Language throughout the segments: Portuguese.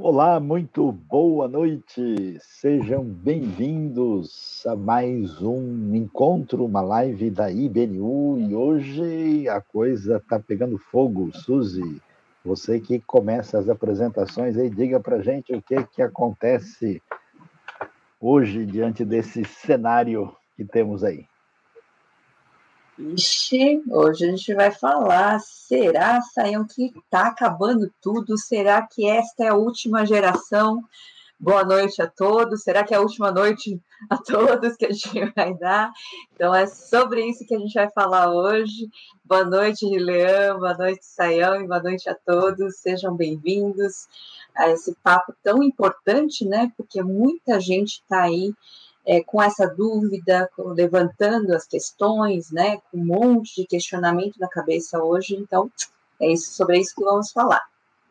Olá, muito boa noite. Sejam bem-vindos a mais um encontro, uma live da IBNU. E hoje a coisa está pegando fogo. Suzy, você que começa as apresentações aí, diga para gente o que acontece hoje diante desse cenário que temos aí. Ixi, hoje a gente vai falar, será, Sayão, que está acabando tudo? Será que esta é a última geração? Boa noite a todos. Será que é a última noite a todos que a gente vai dar? Então é sobre isso que a gente vai falar hoje. Boa noite, Rileão, boa noite, Sayão, e boa noite a todos. Sejam bem-vindos a esse papo tão importante, né? Porque muita gente está aí com essa dúvida, levantando as questões, né, com um monte de questionamento na cabeça hoje. Então, sobre isso que vamos falar.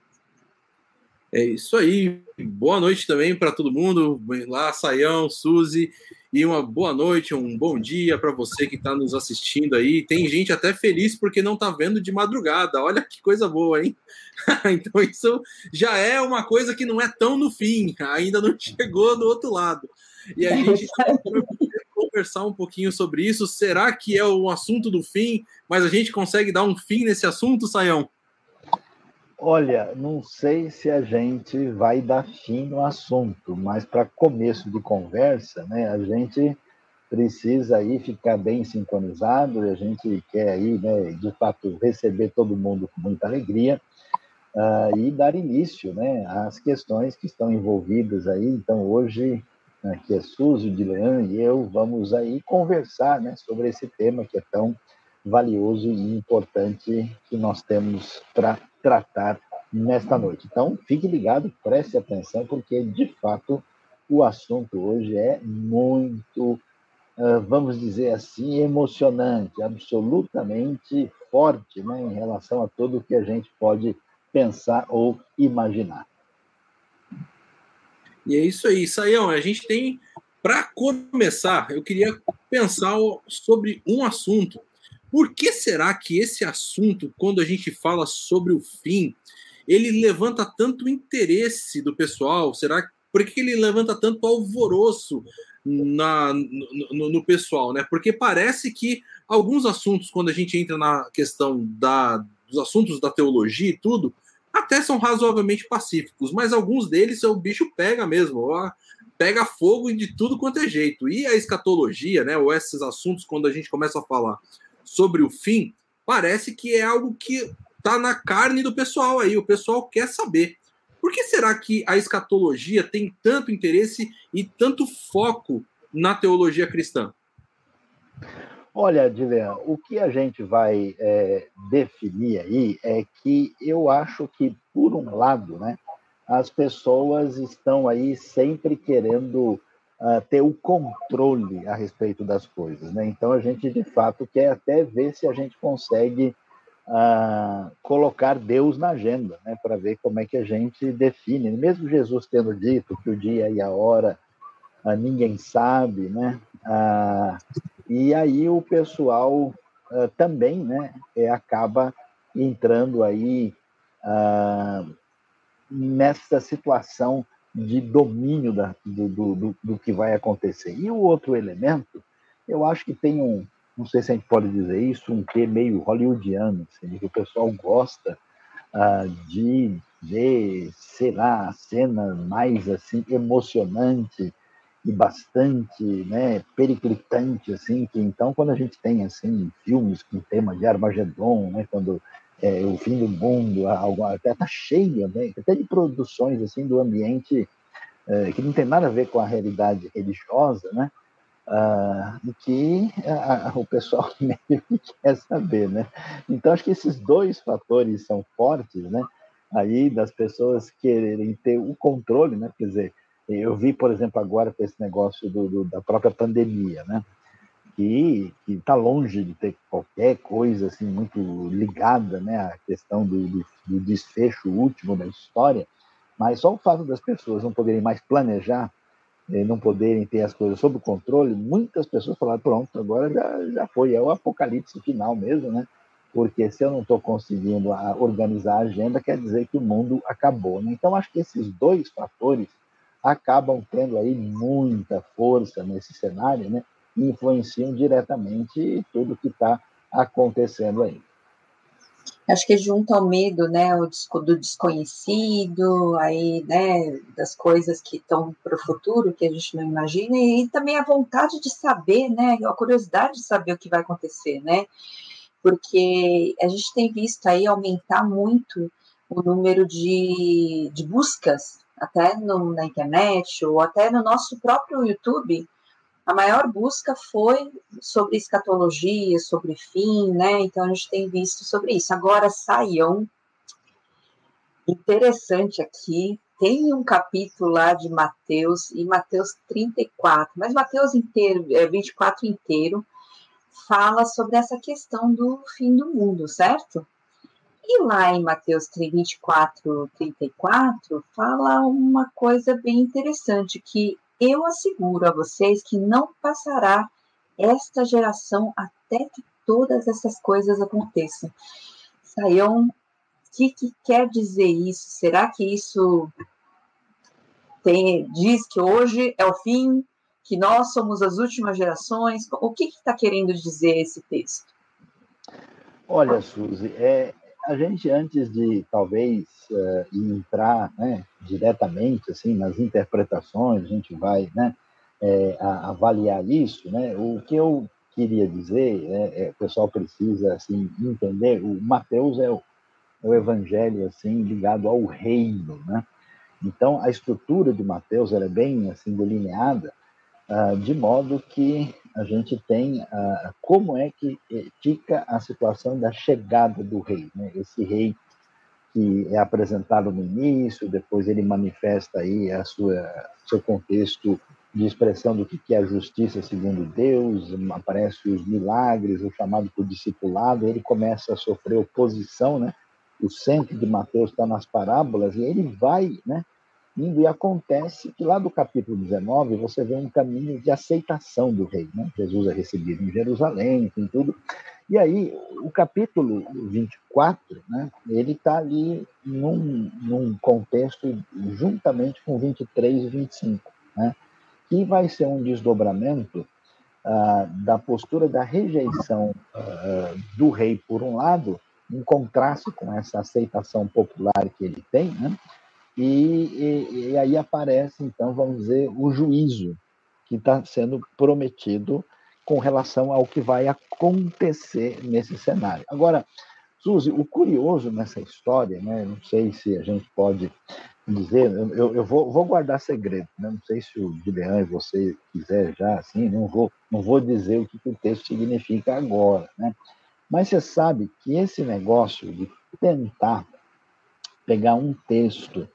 É isso aí. Boa noite também para todo mundo. Lá, Sayão, Suzy. E uma boa noite, um bom dia para você que está nos assistindo aí. Tem gente até feliz porque não está vendo de madrugada. Olha que coisa boa, hein? Então isso já é uma coisa que não é tão no fim. Ainda não chegou do outro lado. E a gente vai conversar um pouquinho sobre isso. Será que é o assunto do fim? Mas a gente consegue dar um fim nesse assunto, Sayão? Olha, não sei se a gente vai dar fim no assunto, mas para começo de conversa, né, a gente precisa aí ficar bem sintonizado e a gente quer aí, né, de fato, receber todo mundo com muita alegria e dar início, né, às questões que estão envolvidas aí. Então, hoje, aqui é Suzy, Dilean e eu vamos aí conversar, né, sobre esse tema que é tão valioso e importante que nós temos para tratar nesta noite. Então, fique ligado, preste atenção, porque, de fato, o assunto hoje é muito, vamos dizer assim, emocionante, absolutamente forte, né, em relação a tudo que a gente pode pensar ou imaginar. E é isso aí, Sayão. A gente tem, para começar, eu queria pensar sobre um assunto. Por que será que esse assunto, quando a gente fala sobre o fim, ele levanta tanto interesse do pessoal? Por que ele levanta tanto alvoroço no pessoal, né? Porque parece que alguns assuntos, quando a gente entra na questão dos assuntos da teologia e tudo, até são razoavelmente pacíficos, mas alguns deles o bicho pega mesmo, pega fogo de tudo quanto é jeito. E a escatologia, né, ou esses assuntos, quando a gente começa a falar sobre o fim, parece que é algo que está na carne do pessoal aí, o pessoal quer saber. Por que será que a escatologia tem tanto interesse e tanto foco na teologia cristã? Olha, Dilean, o que a gente vai definir aí é que eu acho que, por um lado, né, as pessoas estão aí sempre querendo ter o controle a respeito das coisas, né? Então a gente, de fato, quer até ver se a gente consegue colocar Deus na agenda, né, para ver como é que a gente define. Mesmo Jesus tendo dito que o dia e a hora ninguém sabe, né? E aí o pessoal também, né, acaba entrando aí nessa situação de domínio do que vai acontecer. E o outro elemento, eu acho que tem não sei se a gente pode dizer isso, um quê meio hollywoodiano, assim, que o pessoal gosta de ver, sei lá, a cena mais assim emocionante e bastante, né, periclitante, assim, que então quando a gente tem assim filmes com tema de Armagedon, né, quando o fim do mundo, até está cheio, né, até de produções assim do ambiente que não tem nada a ver com a realidade religiosa, né, e que o pessoal meio que quer saber, né? Então acho que esses dois fatores são fortes, né? Aí das pessoas quererem ter o controle, né? Quer dizer, eu vi, por exemplo, agora com esse negócio da própria pandemia, né? Que está longe de ter qualquer coisa assim muito ligada, né, à questão do desfecho último da história, mas só o fato das pessoas não poderem mais planejar, não poderem ter as coisas sob controle, muitas pessoas falaram, pronto, agora já foi, é o apocalipse final mesmo, né? porque se eu não estou conseguindo organizar a agenda, quer dizer que o mundo acabou, né? Então, acho que esses dois fatores acabam tendo aí muita força nesse cenário, né? E influenciam diretamente tudo que está acontecendo aí. Acho que junta o medo, né, do desconhecido, aí, né, das coisas que estão para o futuro, que a gente não imagina, e também a vontade de saber, né, a curiosidade de saber o que vai acontecer, né, porque a gente tem visto aí aumentar muito o número de buscas, até na internet, ou até no nosso próprio YouTube. A maior busca foi sobre escatologia, sobre fim, né? Então a gente tem visto sobre isso. Agora, Saião, interessante aqui, tem um capítulo lá de Mateus, e Mateus 34, mas Mateus inteiro, 24 inteiro, fala sobre essa questão do fim do mundo, certo? E lá em Mateus 24, 34, fala uma coisa bem interessante, que eu asseguro a vocês que não passará esta geração até que todas essas coisas aconteçam. Saião, o que quer dizer isso? Será que isso diz que hoje é o fim, que nós somos as últimas gerações? O que está querendo dizer esse texto? Olha, Suzy, a gente, antes de talvez entrar, né, diretamente assim, nas interpretações, a gente vai, né, avaliar isso, né? O que eu queria dizer, o pessoal precisa assim, entender, o Mateus é o evangelho assim, ligado ao reino, né? Então, a estrutura de Mateus ela é bem assim, delineada, de modo que a gente tem como é que fica a situação da chegada do rei, né? Esse rei que é apresentado no início, depois ele manifesta aí seu contexto de expressão do que é a justiça segundo Deus, aparecem os milagres, o chamado por discipulado, ele começa a sofrer oposição, né? O centro de Mateus está nas parábolas e ele vai, né, indo, e acontece que lá do capítulo 19 você vê um caminho de aceitação do rei, né? Jesus é recebido em Jerusalém, tem tudo. E aí, o capítulo 24, né, ele está ali num contexto juntamente com 23 e 25, né, que vai ser um desdobramento da postura da rejeição do rei, por um lado, em contraste com essa aceitação popular que ele tem, né, e aí aparece, então, vamos dizer, o juízo que está sendo prometido com relação ao que vai acontecer nesse cenário. Agora, Suzy, o curioso nessa história, né, não sei se a gente pode dizer, eu vou guardar segredo, né, não sei se o Gideon e você quiser já, assim, não vou dizer o que o texto significa agora, né, mas você sabe que esse negócio de tentar pegar um texto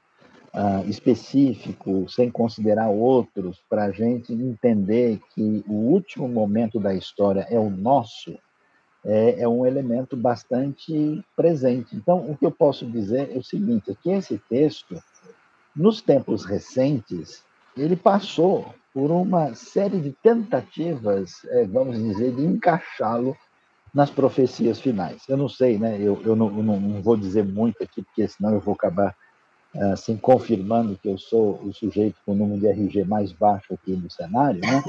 específico, sem considerar outros, para a gente entender que o último momento da história é o nosso, é um elemento bastante presente. Então, o que eu posso dizer é o seguinte, é que esse texto, nos tempos recentes, ele passou por uma série de tentativas, vamos dizer, de encaixá-lo nas profecias finais. Eu não sei, né? Eu não vou dizer muito aqui, porque senão eu vou acabar assim, confirmando que eu sou o sujeito com o número de RG mais baixo aqui no cenário, né?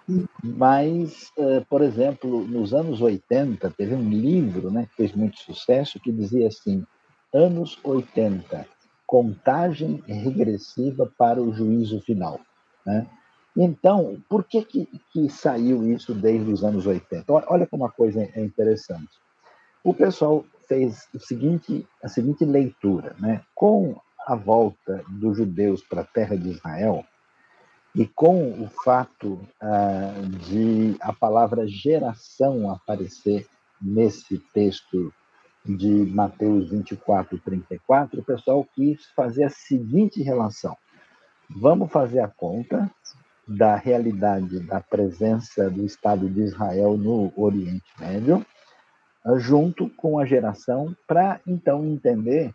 Mas, por exemplo, nos anos 80, teve um livro, né, que fez muito sucesso, que dizia assim, anos 80, contagem regressiva para o juízo final, né? Então, por que saiu isso desde os anos 80? Olha como uma coisa é interessante. O pessoal fez a seguinte leitura, né? Com a volta dos judeus para a terra de Israel e com o fato de a palavra geração aparecer nesse texto de Mateus 24, 34, o pessoal quis fazer a seguinte relação. Vamos fazer a conta da realidade da presença do Estado de Israel no Oriente Médio, junto com a geração, para então entender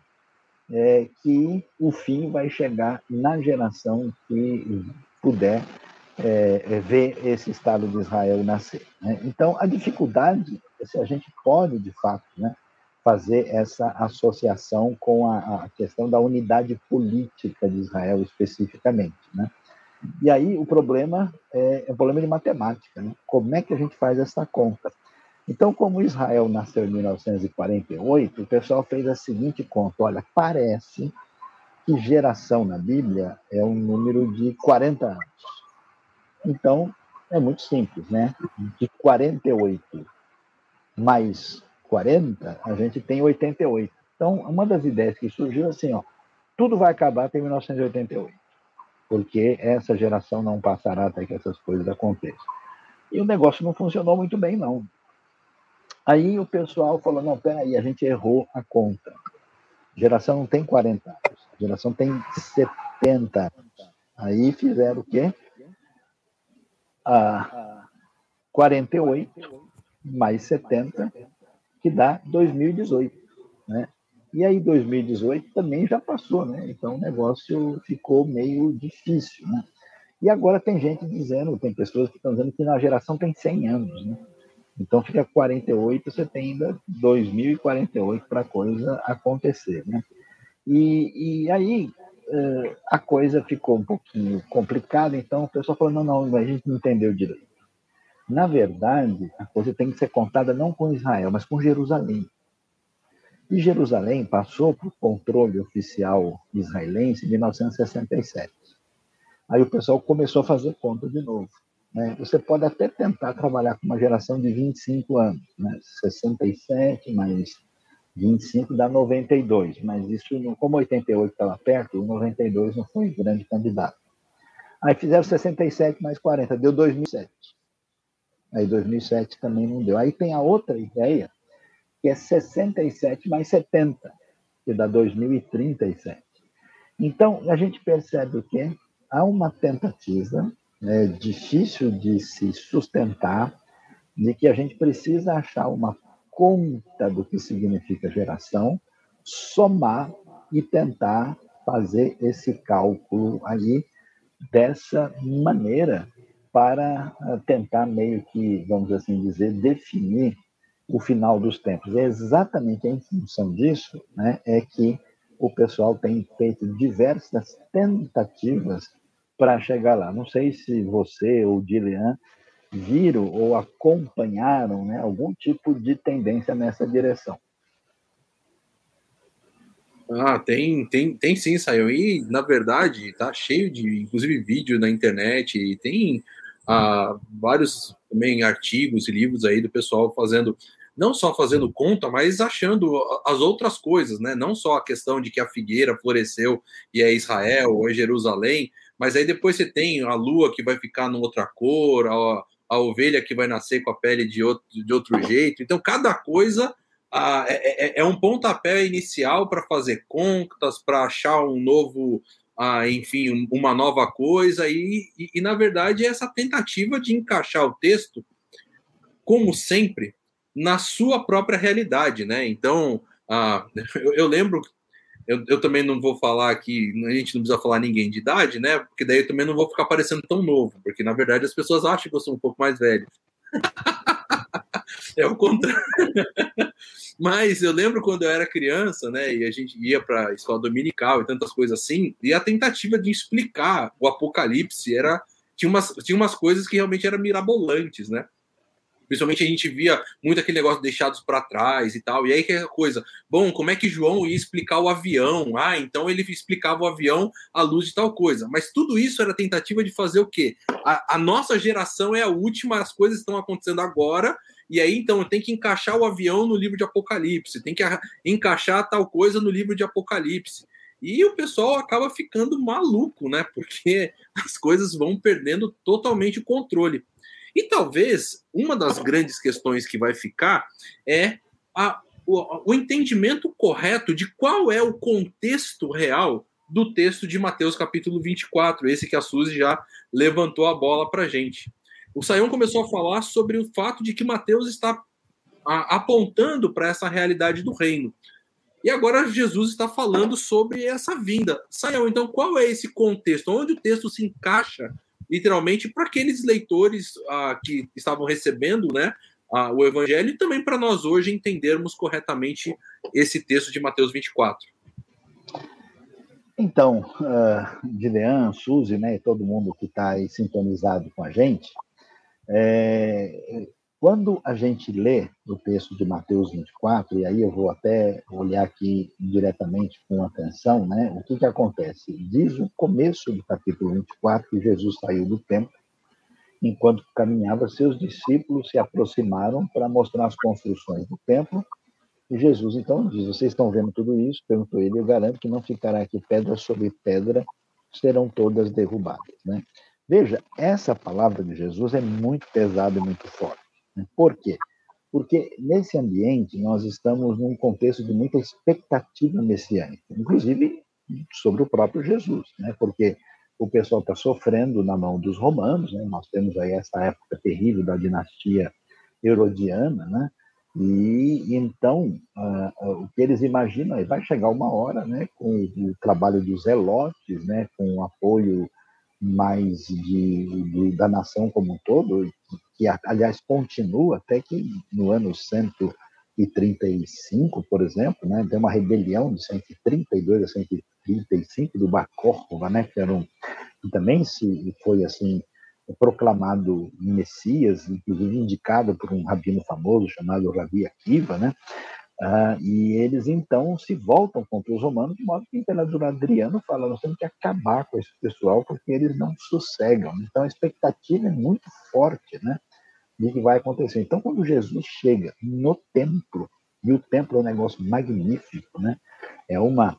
que o fim vai chegar na geração que puder ver esse Estado de Israel nascer, né? Então, a dificuldade é se a gente pode, de fato, né, fazer essa associação com a questão da unidade política de Israel especificamente, né? E aí o problema é um problema de matemática, né? Como é que a gente faz essa conta? Então, como Israel nasceu em 1948, o pessoal fez a seguinte conta: olha, parece que geração na Bíblia é um número de 40 anos. Então, é muito simples, né? De 48 mais 40, a gente tem 88. Então, uma das ideias que surgiu assim, ó, tudo vai acabar até 1988, porque essa geração não passará até que essas coisas aconteçam. E o negócio não funcionou muito bem, não. Aí o pessoal falou, não, peraí, a gente errou a conta. A geração não tem 40 anos, a geração tem 70 anos. Aí fizeram o quê? 48 mais 70, que dá 2018, né? E aí 2018 também já passou, né? Então o negócio ficou meio difícil, né? E agora tem gente dizendo, tem pessoas que estão dizendo que na geração tem 100 anos, né? Então fica 48, você tem ainda 2048 para a coisa acontecer, né? E aí a coisa ficou um pouquinho complicada, então o pessoal falou, não, a gente não entendeu direito. Na verdade, a coisa tem que ser contada não com Israel, mas com Jerusalém. E Jerusalém passou por controle oficial israelense em 1967. Aí o pessoal começou a fazer conta de novo, né? Você pode até tentar trabalhar com uma geração de 25 anos, né? 67 mais 25 dá 92, mas isso, como 88 estava perto, o 92 não foi grande candidato. Aí fizeram 67 mais 40, deu 2007. Aí 2007 também não deu. Aí tem a outra ideia, que é 67 mais 70, que dá 2037. Então, a gente percebe o quê? Há uma tentativa, difícil de se sustentar, de que a gente precisa achar uma conta do que significa geração, somar e tentar fazer esse cálculo aí dessa maneira para tentar meio que, vamos assim dizer, definir o final dos tempos. É exatamente em função disso, né, é que o pessoal tem feito diversas tentativas para chegar lá. Não sei se você ou o Dilian viram ou acompanharam, né, algum tipo de tendência nessa direção. Tem sim, saiu. E, na verdade, tá cheio de, inclusive, vídeo na internet, e tem vários também artigos e livros aí do pessoal fazendo, não só fazendo conta, mas achando as outras coisas, né? Não só a questão de que a figueira floresceu e é Israel ou é Jerusalém, mas aí depois você tem a lua que vai ficar numa outra cor, a ovelha que vai nascer com a pele de outro jeito. Então, cada coisa é um pontapé inicial para fazer contas, para achar um novo, enfim, uma nova coisa, e, na verdade, é essa tentativa de encaixar o texto, como sempre, na sua própria realidade, né? Então, eu lembro, eu também não vou falar aqui, a gente não precisa falar ninguém de idade, né? Porque daí eu também não vou ficar parecendo tão novo, porque, na verdade, as pessoas acham que eu sou um pouco mais velho. É o contrário. Mas eu lembro quando eu era criança, né, e a gente ia para a escola dominical e tantas coisas assim, e a tentativa de explicar o Apocalipse tinha umas coisas que realmente eram mirabolantes, né? Principalmente a gente via muito aquele negócio deixados para trás e tal. E aí que é a coisa, bom, como é que João ia explicar o avião? Então ele explicava o avião à luz de tal coisa. Mas tudo isso era tentativa de fazer o quê? A nossa geração é a última, as coisas estão acontecendo agora, e aí então tem que encaixar o avião no livro de Apocalipse, tem que encaixar tal coisa no livro de Apocalipse. E o pessoal acaba ficando maluco, né? Porque as coisas vão perdendo totalmente o controle. E talvez uma das grandes questões que vai ficar é o entendimento correto de qual é o contexto real do texto de Mateus capítulo 24, esse que a Suzy já levantou a bola para a gente. O Sayão começou a falar sobre o fato de que Mateus está apontando para essa realidade do reino. E agora Jesus está falando sobre essa vinda. Sayão, então qual é esse contexto? Onde o texto se encaixa literalmente para aqueles leitores que estavam recebendo, né, o Evangelho e também para nós hoje entendermos corretamente esse texto de Mateus 24. Então, Gideon, Suzy, né, e todo mundo que está aí sintonizado com a gente, quando a gente lê o texto de Mateus 24, e aí eu vou até olhar aqui diretamente com atenção, né, o que acontece? Diz o começo do capítulo 24 que Jesus saiu do templo, enquanto caminhava, seus discípulos se aproximaram para mostrar as construções do templo. E Jesus, então, diz, vocês estão vendo tudo isso? Perguntou ele, eu garanto que não ficará aqui pedra sobre pedra, serão todas derrubadas, né? Veja, essa palavra de Jesus é muito pesada e muito forte. Né? Por quê? Porque nesse ambiente nós estamos num contexto de muita expectativa messiânica, inclusive sobre o próprio Jesus, né? Porque o pessoal está sofrendo na mão dos romanos, né? Nós temos aí essa época terrível da dinastia herodiana, né? E então, o que eles imaginam é vai chegar uma hora, né, com o trabalho dos zelotes, né, com o apoio mais da nação como um todo, que aliás continua até que no ano 135, por exemplo, né, tem uma rebelião de 132 a 135 do Bar Kókhova, né, que também foi assim proclamado Messias, inclusive indicado por um rabino famoso chamado Rabi Akiva, né? E eles então se voltam contra os romanos, de modo que o imperador Adriano fala: nós temos que acabar com esse pessoal porque eles não sossegam. Então a expectativa é muito forte, né, de que vai acontecer. Então quando Jesus chega no templo, e o templo é um negócio magnífico, né? É uma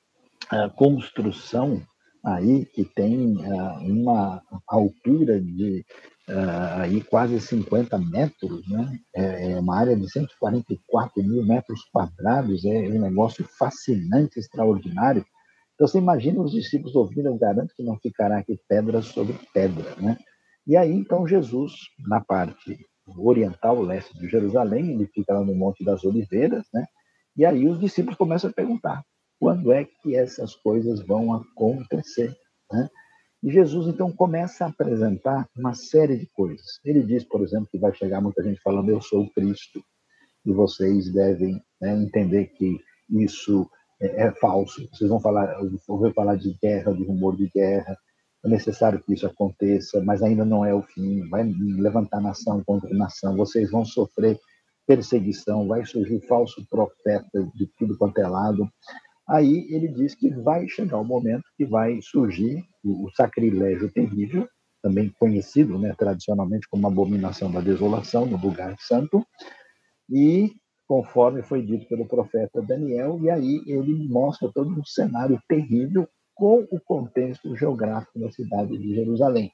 construção aí que tem uma altura de aí quase 50 metros, né? É uma área de 144 mil metros quadrados, é um negócio fascinante, extraordinário. Então você imagina os discípulos ouvindo, eu garanto que não ficará aqui pedra sobre pedra, né? E aí então Jesus, na parte oriental, leste de Jerusalém, ele fica lá no Monte das Oliveiras, né? E aí os discípulos começam a perguntar: quando é que essas coisas vão acontecer, né? E Jesus, então, começa a apresentar uma série de coisas. Ele diz, por exemplo, que vai chegar muita gente falando, eu sou o Cristo, e vocês devem, né, entender que isso é falso. Vocês vão ouvir falar de guerra, de rumor de guerra, é necessário que isso aconteça, mas ainda não é o fim. Vai levantar nação contra nação, vocês vão sofrer perseguição, vai surgir falso profeta de tudo quanto é lado. Aí ele diz que vai chegar o momento que vai surgir o sacrilégio terrível, também conhecido, né, tradicionalmente como abominação da desolação no lugar santo, e conforme foi dito pelo profeta Daniel, e aí ele mostra todo um cenário terrível com o contexto geográfico da cidade de Jerusalém.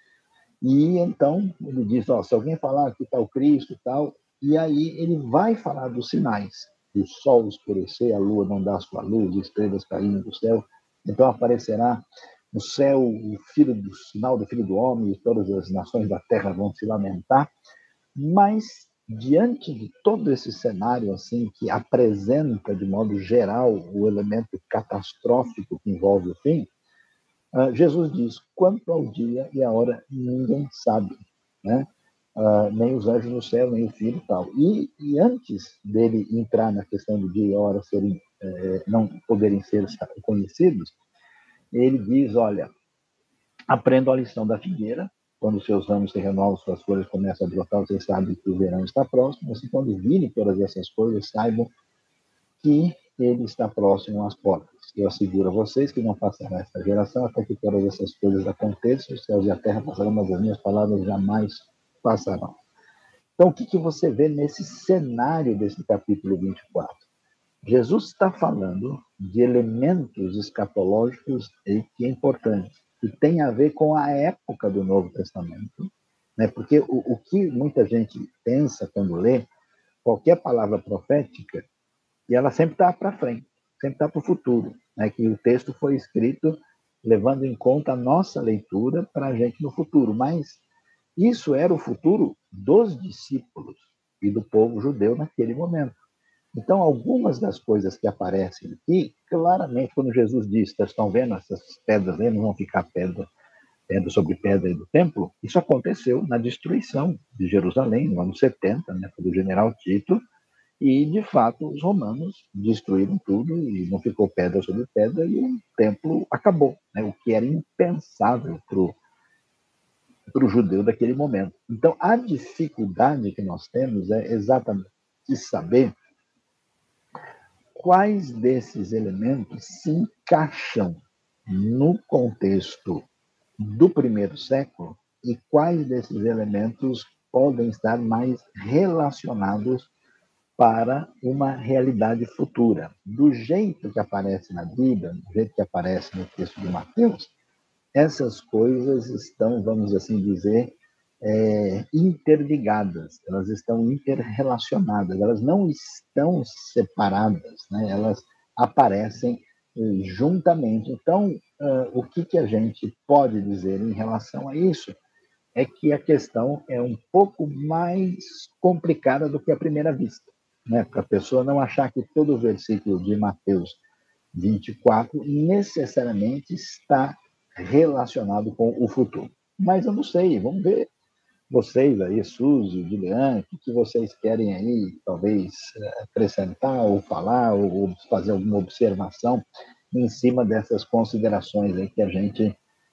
E então ele diz, se alguém falar que está o Cristo e tal, e aí ele vai falar dos sinais, o sol escurecer, a lua não dar sua luz, estrelas caindo do céu, então aparecerá no céu o sinal do Filho do Homem, e todas as nações da terra vão se lamentar. Mas diante de todo esse cenário assim que apresenta de modo geral o elemento catastrófico que envolve o fim, Jesus diz: quanto ao dia e a hora ninguém sabe, né? Nem os anjos no céu, nem o Filho e tal. E antes dele entrar na questão do dia e a hora não poderem ser conhecidos, ele diz: olha, aprendam a lição da figueira. Quando os seus ramos se renovam, suas folhas começam a brotar, vocês sabem que o verão está próximo. Assim, quando virem todas essas coisas, saibam que ele está próximo às portas. Eu asseguro a vocês que não passará esta geração até que todas essas coisas aconteçam, os céus e a terra passarão, mas as minhas palavras jamais passarão. Então, o que você vê nesse cenário desse capítulo 24? Jesus está falando de elementos escatológicos que é importante, que tem a ver com a época do Novo Testamento, né? Porque o que muita gente pensa quando lê qualquer palavra profética, e ela sempre está para frente, sempre está para o futuro, né? Que o texto foi escrito levando em conta a nossa leitura para a gente no futuro, mas isso era o futuro dos discípulos e do povo judeu naquele momento. Então, algumas das coisas que aparecem aqui, claramente, quando Jesus diz, vocês estão vendo essas pedras aí, não vão ficar pedra pedra sobre pedra do templo, isso aconteceu na destruição de Jerusalém, no ano 70, né, do general Tito, e, de fato, os romanos destruíram tudo e não ficou pedra sobre pedra e o templo acabou, né, o que era impensável para o judeu daquele momento. Então, a dificuldade que nós temos é exatamente de saber quais desses elementos se encaixam no contexto do primeiro século e quais desses elementos podem estar mais relacionados para uma realidade futura. Do jeito que aparece na Bíblia, do jeito que aparece no texto de Mateus, essas coisas estão, vamos assim dizer, interligadas, elas estão interrelacionadas, elas não estão separadas, né? Elas aparecem juntamente. Então, o que a gente pode dizer em relação a isso é que a questão é um pouco mais complicada do que à primeira vista, né? Para a pessoa não achar que todo o versículo de Mateus 24 necessariamente está relacionado com o futuro. Mas eu não sei, vamos ver vocês aí, Suzy, Juliane, o que vocês querem aí, talvez, acrescentar ou falar ou fazer alguma observação em cima dessas considerações aí que a gente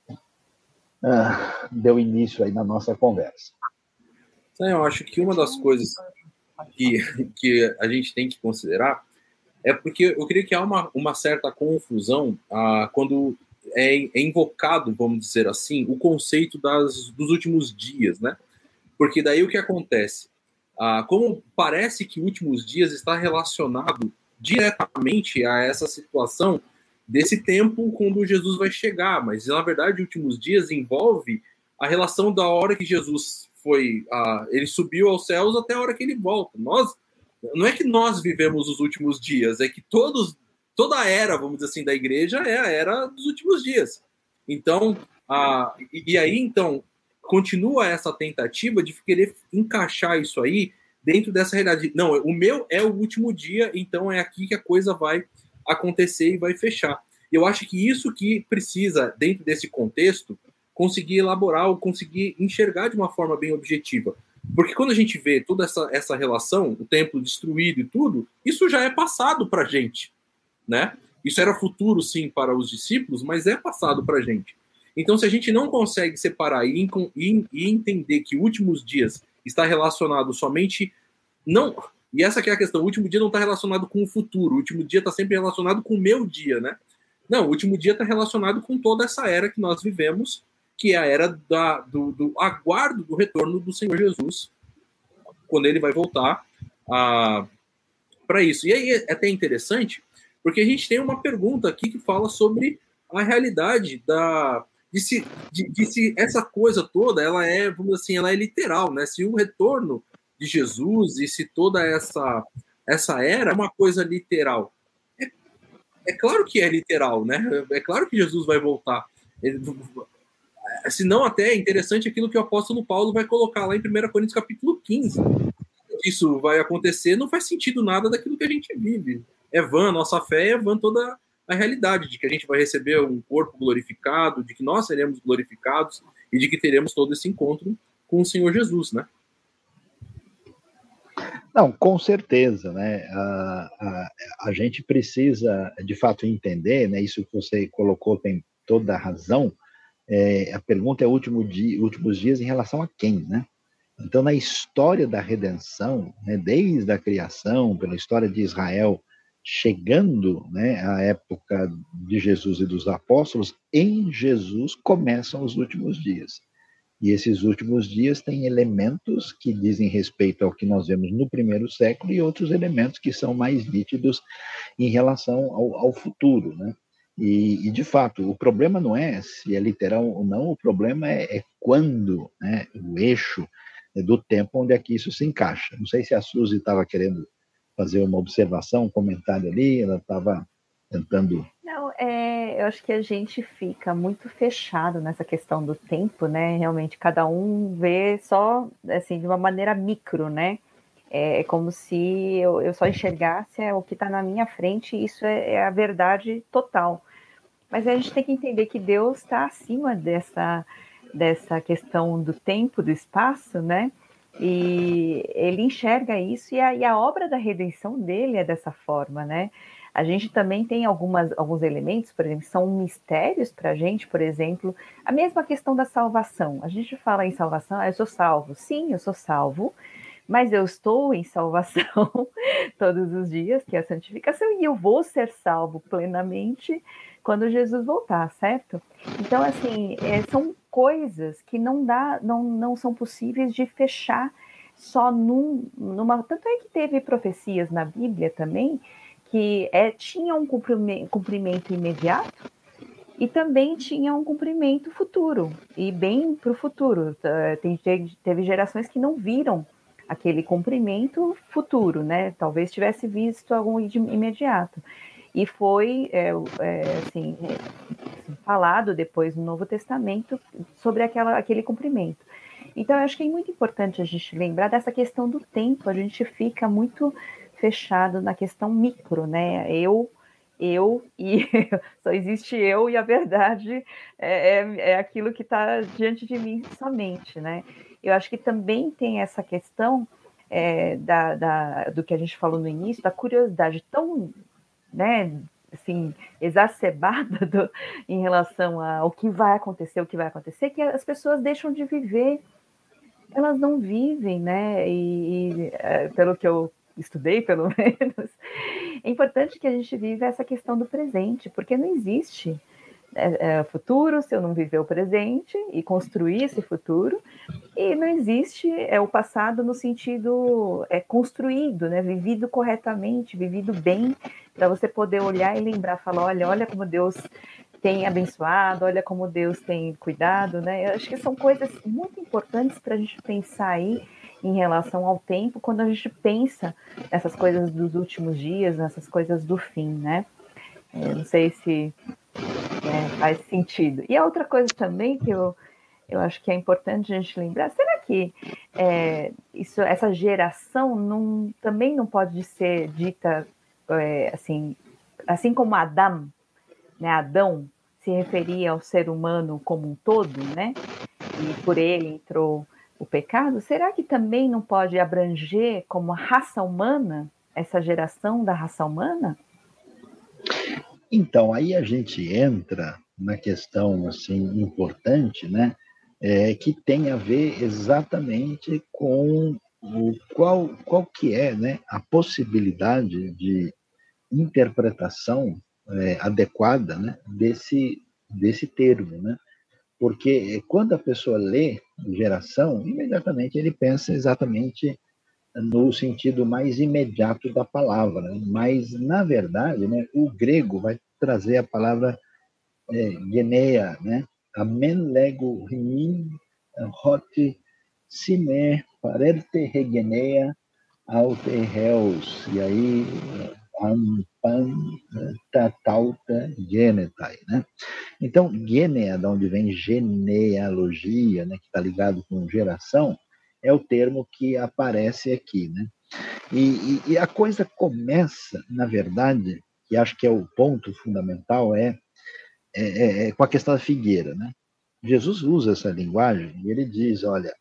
deu início aí na nossa conversa. Eu acho que uma das coisas que a gente tem que considerar é porque eu creio que há uma certa confusão quando é invocado, vamos dizer assim, o conceito dos últimos dias, né? Porque daí o que acontece? Como parece que últimos dias está relacionado diretamente a essa situação desse tempo quando Jesus vai chegar, mas na verdade últimos dias envolve a relação da hora que Jesus ele subiu aos céus até a hora que ele volta. Não é que nós vivemos os últimos dias, é que toda a era, vamos dizer assim, da igreja é a era dos últimos dias. Então, e aí, então, continua essa tentativa de querer encaixar isso aí dentro dessa realidade. Não, o meu é o último dia, então é aqui que a coisa vai acontecer e vai fechar. Eu acho que isso que precisa, dentro desse contexto, conseguir elaborar ou conseguir enxergar de uma forma bem objetiva. Porque quando a gente vê toda essa relação, o templo destruído e tudo, isso já é passado para a gente, né? Isso era futuro, sim, para os discípulos, mas é passado para a gente. Então, se a gente não consegue separar e entender que últimos dias está relacionado somente... não. E essa que é a questão, o último dia não está relacionado com o futuro, o último dia está sempre relacionado com o meu dia, né? Não, o último dia está relacionado com toda essa era que nós vivemos, que é a era do aguardo do retorno do Senhor Jesus, quando ele vai voltar para isso. E aí é até interessante, porque a gente tem uma pergunta aqui que fala sobre a realidade de se essa coisa toda, ela é, vamos dizer assim, ela é literal, né? Se o retorno de Jesus e se toda essa era é uma coisa literal. É claro que é literal, né? É claro que Jesus vai voltar. Se não, até é interessante aquilo que o apóstolo Paulo vai colocar lá em 1 Coríntios capítulo 15. Isso vai acontecer, não faz sentido nada daquilo que a gente vive. É vã, nossa fé é vã toda a realidade de que a gente vai receber um corpo glorificado, de que nós seremos glorificados e de que teremos todo esse encontro com o Senhor Jesus, né? Não, com certeza, né? A gente precisa, de fato, entender, né? Isso que você colocou tem toda a razão. A pergunta é últimos dias em relação a quem, né? Então, na história da redenção, né, desde a criação, pela história de Israel, chegando, né, à época de Jesus e dos apóstolos, em Jesus começam os últimos dias. E esses últimos dias têm elementos que dizem respeito ao que nós vemos no primeiro século e outros elementos que são mais nítidos em relação ao futuro, né? E, de fato, o problema não é se é literal ou não, o problema é quando, né, o eixo do tempo onde é que isso se encaixa. Não sei se a Suzy estava querendo fazer uma observação, um comentário ali, ela estava tentando... Não, eu acho que a gente fica muito fechado nessa questão do tempo, né? Realmente, cada um vê só, assim, de uma maneira micro, né? É como se eu só enxergasse o que está na minha frente e isso é a verdade total. Mas a gente tem que entender que Deus está acima dessa questão do tempo, do espaço, né? E ele enxerga isso, e a obra da redenção dele é dessa forma, né? A gente também tem alguns elementos, por exemplo, são mistérios para a gente, por exemplo, a mesma questão da salvação. A gente fala em salvação, eu sou salvo. Sim, eu sou salvo, mas eu estou em salvação todos os dias, que é a santificação, e eu vou ser salvo plenamente quando Jesus voltar, certo? Então, assim, são coisas que não são possíveis de fechar só numa... Tanto é que teve profecias na Bíblia também que tinha um cumprimento imediato e também tinha um cumprimento futuro, e bem para o futuro. Teve gerações que não viram aquele cumprimento futuro, né? Talvez tivesse visto algum imediato. E foi assim, falado depois no Novo Testamento sobre aquele cumprimento. Então, eu acho que é muito importante a gente lembrar dessa questão do tempo. A gente fica muito fechado na questão micro, né? Eu e só existe eu, e a verdade é aquilo que está diante de mim somente, né? Eu acho que também tem essa questão do que a gente falou no início, da curiosidade tão, né, assim, exacerbada em relação ao que vai acontecer, que as pessoas deixam de viver. Elas não vivem, né? Pelo que eu estudei, pelo menos, é importante que a gente viva essa questão do presente, porque não existe futuro se eu não viver o presente e construir esse futuro, e não existe o passado no sentido construído, né? Vivido corretamente, vivido bem, para você poder olhar e lembrar, falar, olha como Deus tem abençoado, olha como Deus tem cuidado, né? Eu acho que são coisas muito importantes para a gente pensar aí em relação ao tempo, quando a gente pensa nessas coisas dos últimos dias, nessas coisas do fim, né? Não sei se faz sentido. E a outra coisa também que eu acho que é importante a gente lembrar, será que essa geração também não pode ser dita assim como Adão, né? Adão se referia ao ser humano como um todo, né? E por ele entrou o pecado. Será que também não pode abranger como a raça humana, essa geração da raça humana? Então, aí a gente entra na questão assim importante, né? Que tem a ver exatamente com qual que é, né, a possibilidade de interpretação adequada, né, desse termo, né? Porque quando a pessoa lê geração, imediatamente ele pensa exatamente no sentido mais imediato da palavra, né? Mas, na verdade, né, o grego vai trazer a palavra genea, né? Amen lego rimin hot sine parerte regenea aute heus. E aí pan tauta genetai, né? Então, genea, de onde vem genealogia, né, que está ligado com geração, é o termo que aparece aqui, né? E a coisa começa, na verdade, e acho que é o ponto fundamental, com a questão da figueira, né? Jesus usa essa linguagem e ele diz, olha,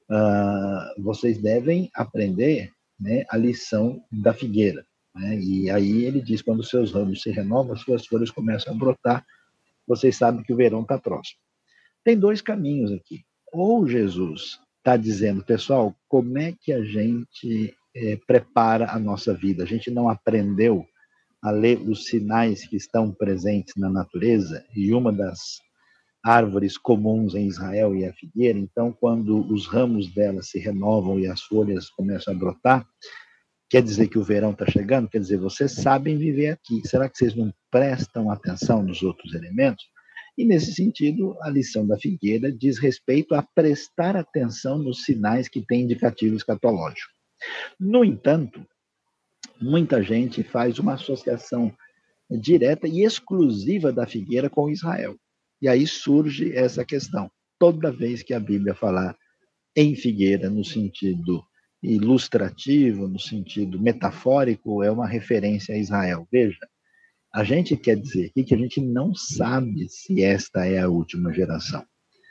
vocês devem aprender, né, a lição da figueira, né? E aí ele diz, quando os seus ramos se renovam, as suas folhas começam a brotar, vocês sabem que o verão está próximo. Tem dois caminhos aqui. Ou Jesus está dizendo, pessoal, como é que a gente prepara a nossa vida? A gente não aprendeu a ler os sinais que estão presentes na natureza, e uma das árvores comuns em Israel é a figueira. Então, quando os ramos dela se renovam e as folhas começam a brotar, quer dizer que o verão está chegando? Quer dizer, vocês sabem viver aqui. Será que vocês não prestam atenção nos outros elementos? E, nesse sentido, a lição da figueira diz respeito a prestar atenção nos sinais que têm indicativo escatológico. No entanto, muita gente faz uma associação direta e exclusiva da figueira com Israel. E aí surge essa questão. Toda vez que a Bíblia falar em figueira, no sentido ilustrativo, no sentido metafórico, é uma referência a Israel. Veja, A gente quer dizer aqui que a gente não sabe se esta é a última geração.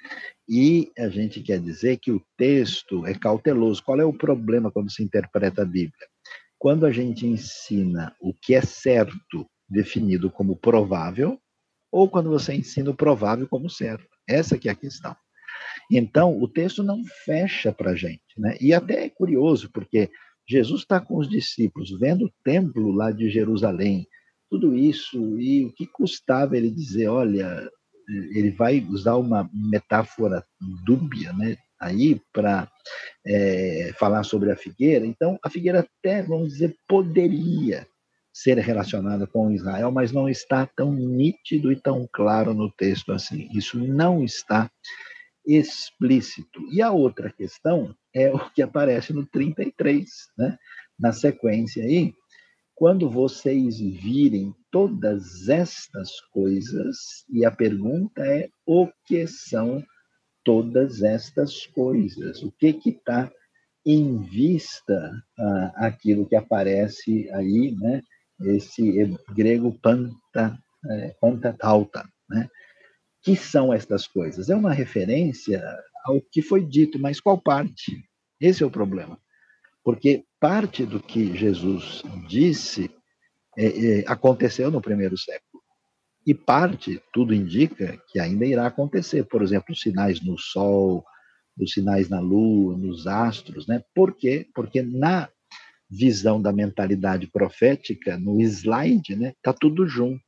E a gente quer dizer que o texto é cauteloso. Qual é o problema quando se interpreta a Bíblia? Quando a gente ensina o que é certo definido como provável, ou quando você ensina o provável como certo. Essa que é a questão. Então, o texto não fecha para a gente, né? E até é curioso, porque Jesus está com os discípulos, vendo o templo lá de Jerusalém, tudo isso, e o que custava ele dizer, olha, ele vai usar uma metáfora dúbia, né? Aí para falar sobre a figueira. Então, a figueira até, vamos dizer, poderia ser relacionada com Israel, mas não está tão nítido e tão claro no texto assim. Isso não está explícito. E a outra questão é o que aparece no 33, né? Na sequência aí, quando vocês virem todas estas coisas, e a pergunta é o que são todas estas coisas? O que está em vista aquilo que aparece aí, né? Esse grego pantatauta, né? Que são estas coisas? É uma referência ao que foi dito, mas qual parte? Esse é o problema. Porque parte do que Jesus disse aconteceu no primeiro século. E parte, tudo indica, que ainda irá acontecer. Por exemplo, os sinais no Sol, os sinais na Lua, nos astros. Né? Por quê? Porque na visão da mentalidade profética, no slide, né, está tudo junto.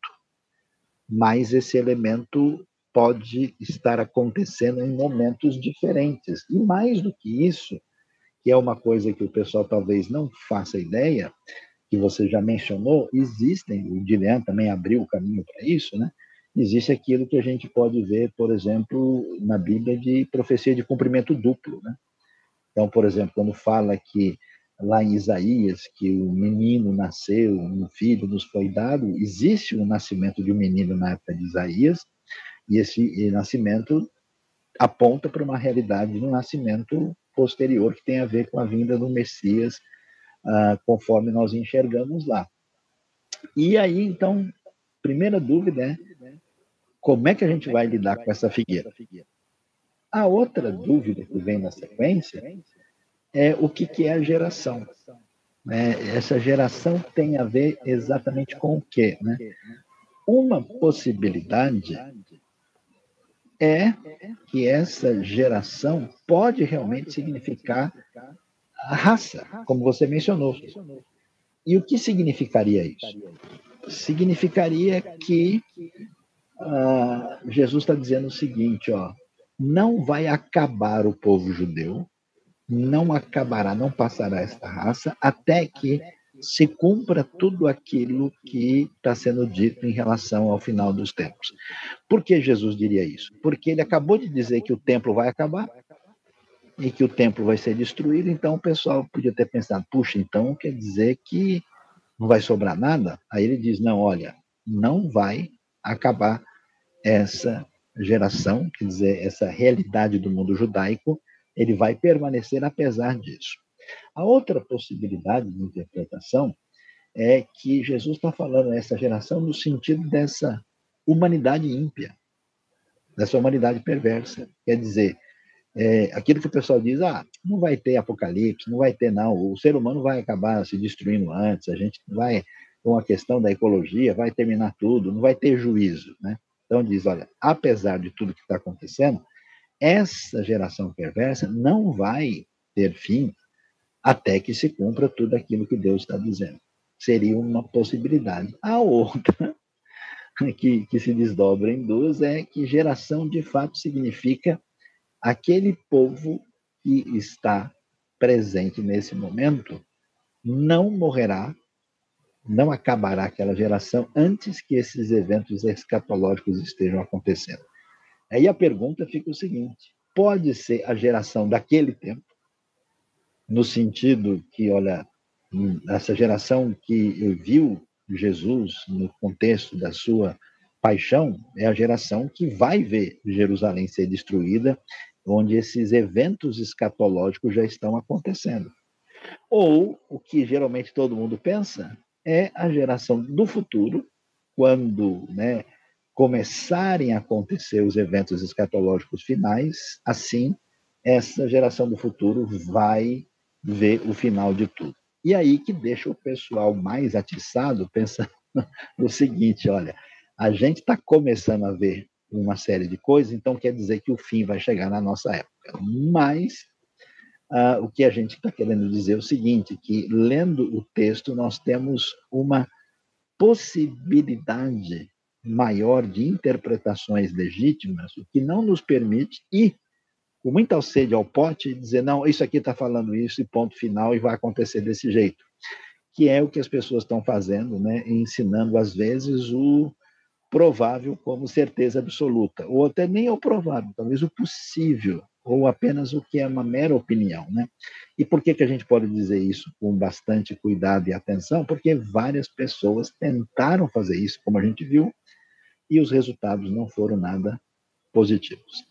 Mas esse elemento pode estar acontecendo em momentos diferentes. E mais do que isso, que é uma coisa que o pessoal talvez não faça ideia, que você já mencionou, existem, o Dilian também abriu o caminho para isso, né? Existe aquilo que a gente pode ver, por exemplo, na Bíblia de profecia de cumprimento duplo, né? Então, por exemplo, quando fala que lá em Isaías, que o menino nasceu, um filho nos foi dado, existe o nascimento de um menino na época de Isaías, e esse nascimento aponta para uma realidade do nascimento posterior que tem a ver com a vinda do Messias, conforme nós enxergamos lá. E aí, então, primeira dúvida é como é que a gente vai lidar com essa figueira? A outra dúvida que vem na sequência é o que é a geração. Essa geração tem a ver exatamente com o quê? Né? Uma possibilidade é que essa geração pode realmente significar a raça, como você mencionou. E o que significaria isso? Significaria que Jesus está dizendo o seguinte, ó, não vai acabar o povo judeu, não acabará, não passará esta raça, até que se cumpra tudo aquilo que está sendo dito em relação ao final dos tempos. Por que Jesus diria isso? Porque ele acabou de dizer que o templo vai acabar e que o templo vai ser destruído, então o pessoal podia ter pensado, puxa, então quer dizer que não vai sobrar nada? Aí ele diz, não, olha, não vai acabar essa geração, quer dizer, essa realidade do mundo judaico, ele vai permanecer apesar disso. A outra possibilidade de interpretação é que Jesus está falando essa geração no sentido dessa humanidade ímpia, dessa humanidade perversa. Quer dizer, aquilo que o pessoal diz, não vai ter apocalipse, não vai ter não, o ser humano vai acabar se destruindo antes, a gente vai, com a questão da ecologia, vai terminar tudo, não vai ter juízo, né? Então diz, olha, apesar de tudo que está acontecendo, essa geração perversa não vai ter fim até que se cumpra tudo aquilo que Deus está dizendo. Seria uma possibilidade. A outra, que se desdobra em duas, é que geração de fato significa aquele povo que está presente nesse momento não morrerá, não acabará aquela geração antes que esses eventos escatológicos estejam acontecendo. Aí a pergunta fica o seguinte, pode ser a geração daquele tempo, no sentido que, olha, essa geração que viu Jesus no contexto da sua paixão, é a geração que vai ver Jerusalém ser destruída, onde esses eventos escatológicos já estão acontecendo. Ou, o que geralmente todo mundo pensa, é a geração do futuro, quando, né, começarem a acontecer os eventos escatológicos finais, assim, essa geração do futuro vai ver o final de tudo. E aí que deixa o pessoal mais atiçado pensando no seguinte, olha, a gente está começando a ver uma série de coisas, então quer dizer que o fim vai chegar na nossa época. Mas o que a gente está querendo dizer é o seguinte, que lendo o texto nós temos uma possibilidade maior de interpretações legítimas, o que não nos permite ir com muita sede ao pote e dizer, não, isso aqui está falando isso e ponto final e vai acontecer desse jeito. Que é o que as pessoas estão fazendo, né? Ensinando, às vezes, o provável como certeza absoluta, ou até nem o provável, talvez o possível, ou apenas o que é uma mera opinião, né? E por que a gente pode dizer isso com bastante cuidado e atenção? Porque várias pessoas tentaram fazer isso, como a gente viu, e os resultados não foram nada positivos.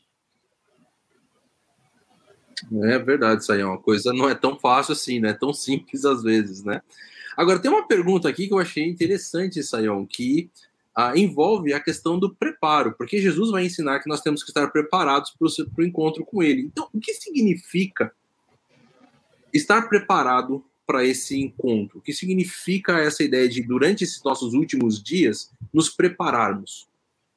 É verdade, isso aí é uma coisa, não é tão fácil assim, né? Tão simples às vezes, né? Agora, tem uma pergunta aqui que eu achei interessante, Sayão, que envolve a questão do preparo, porque Jesus vai ensinar que nós temos que estar preparados para o encontro com Ele. Então, o que significa estar preparado para esse encontro? O que significa essa ideia de, durante esses nossos últimos dias, nos prepararmos?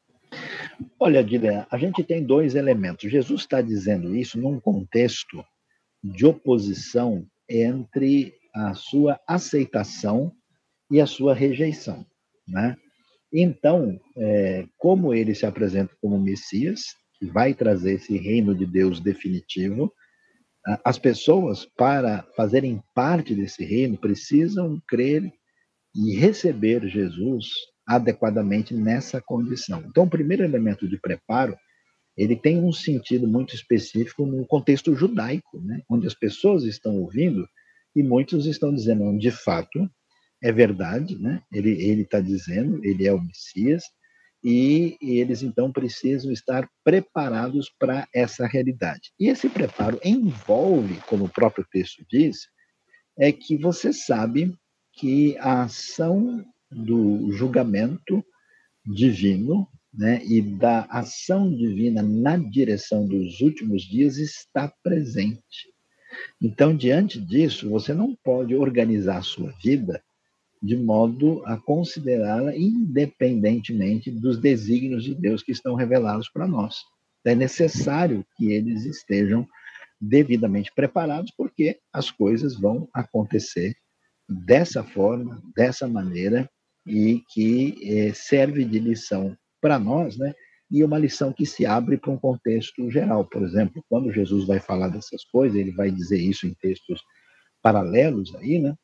Olha, Guilherme, a gente tem dois elementos. Jesus está dizendo isso num contexto de oposição entre a sua aceitação e a sua rejeição, né? Então, como ele se apresenta como Messias, que vai trazer esse reino de Deus definitivo, as pessoas, para fazerem parte desse reino, precisam crer e receber Jesus adequadamente nessa condição. Então, o primeiro elemento de preparo, ele tem um sentido muito específico no contexto judaico, né? Onde as pessoas estão ouvindo e muitos estão dizendo, de fato, é verdade, né? Ele está dizendo, ele é o Messias, e eles então precisam estar preparados para essa realidade. E esse preparo envolve, como o próprio texto diz, é que você sabe que a ação do julgamento divino, né, e da ação divina na direção dos últimos dias está presente. Então, diante disso, você não pode organizar a sua vida de modo a considerá-la independentemente dos desígnios de Deus que estão revelados para nós. É necessário que eles estejam devidamente preparados, porque as coisas vão acontecer dessa forma, dessa maneira, e que serve de lição para nós, né? E uma lição que se abre para um contexto geral. Por exemplo, quando Jesus vai falar dessas coisas, ele vai dizer isso em textos paralelos aí, né?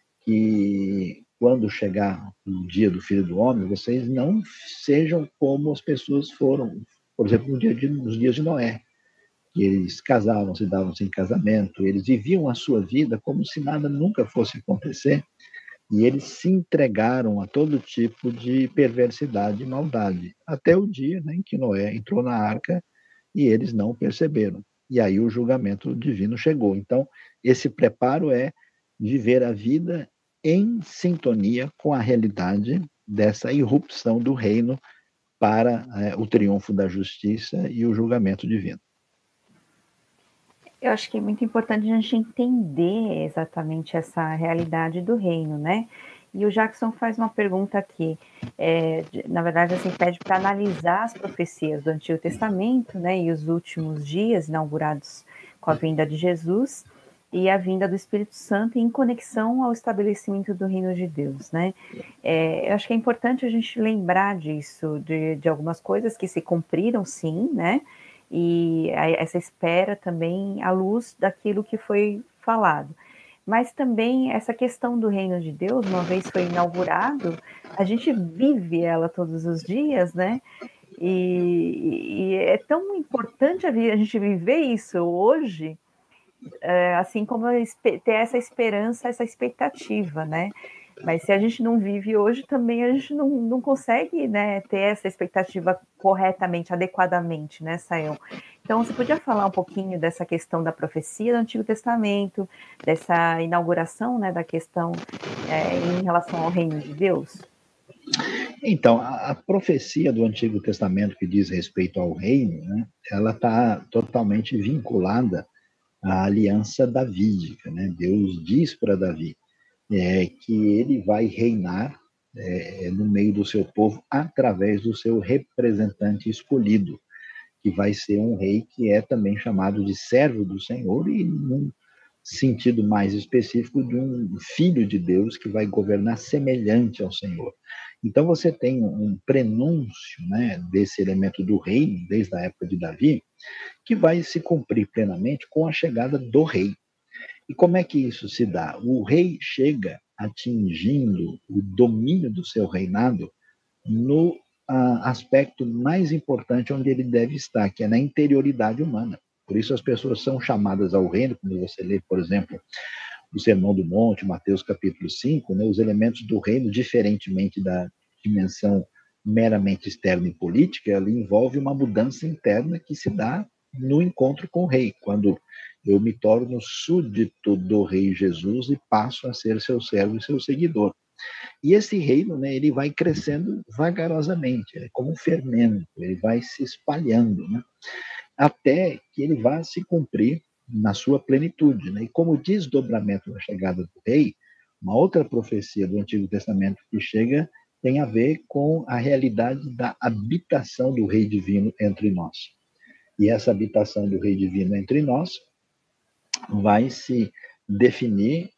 Que quando chegar o dia do Filho do Homem, vocês não sejam como as pessoas foram, por exemplo, nos dias de Noé, que eles casavam, se davam-se em casamento, eles viviam a sua vida como se nada nunca fosse acontecer, e eles se entregaram a todo tipo de perversidade e maldade, até o dia, né, em que Noé entrou na arca e eles não perceberam. E aí o julgamento divino chegou. Então, esse preparo é viver a vida em sintonia com a realidade dessa irrupção do reino para o triunfo da justiça e o julgamento divino. Eu acho que é muito importante a gente entender exatamente essa realidade do reino, né? E o Jackson faz uma pergunta aqui, na verdade, assim, pede para analisar as profecias do Antigo Testamento, né, e os últimos dias inaugurados com a vinda de Jesus e a vinda do Espírito Santo em conexão ao estabelecimento do reino de Deus, né? Eu acho que é importante a gente lembrar disso, de algumas coisas que se cumpriram, sim, né? E essa espera também à luz daquilo que foi falado. Mas também essa questão do reino de Deus, uma vez foi inaugurado, a gente vive ela todos os dias, né? E é tão importante a gente viver isso hoje, assim como ter essa esperança, essa expectativa, né? Mas se a gente não vive hoje, também a gente não consegue, né, ter essa expectativa corretamente, adequadamente, né, Sayão? Então, você podia falar um pouquinho dessa questão da profecia do Antigo Testamento, dessa inauguração, né, da questão em relação ao reino de Deus? Então, a profecia do Antigo Testamento que diz respeito ao reino, né, ela está totalmente vinculada à aliança davídica, né? Deus diz para Davi que ele vai reinar no meio do seu povo através do seu representante escolhido, que vai ser um rei que é também chamado de servo do Senhor e, num sentido mais específico, de um filho de Deus que vai governar semelhante ao Senhor. Então você tem um prenúncio, né, desse elemento do reino, desde a época de Davi, que vai se cumprir plenamente com a chegada do rei. E como é que isso se dá? O rei chega atingindo o domínio do seu reinado no aspecto mais importante onde ele deve estar, que é na interioridade humana. Por isso as pessoas são chamadas ao reino, quando você lê, por exemplo, o Sermão do Monte, Mateus capítulo 5, né, os elementos do reino, diferentemente da dimensão meramente externa e política, ela envolve uma mudança interna que se dá no encontro com o rei, quando eu me torno súdito do rei Jesus e passo a ser seu servo e seu seguidor. E esse reino, né, ele vai crescendo vagarosamente, é como um fermento, ele vai se espalhando, né, até que ele vá se cumprir na sua plenitude. Né? E como desdobramento da chegada do rei, uma outra profecia do Antigo Testamento que chega tem a ver com a realidade da habitação do Rei Divino entre nós. E essa habitação do Rei Divino entre nós vai se definir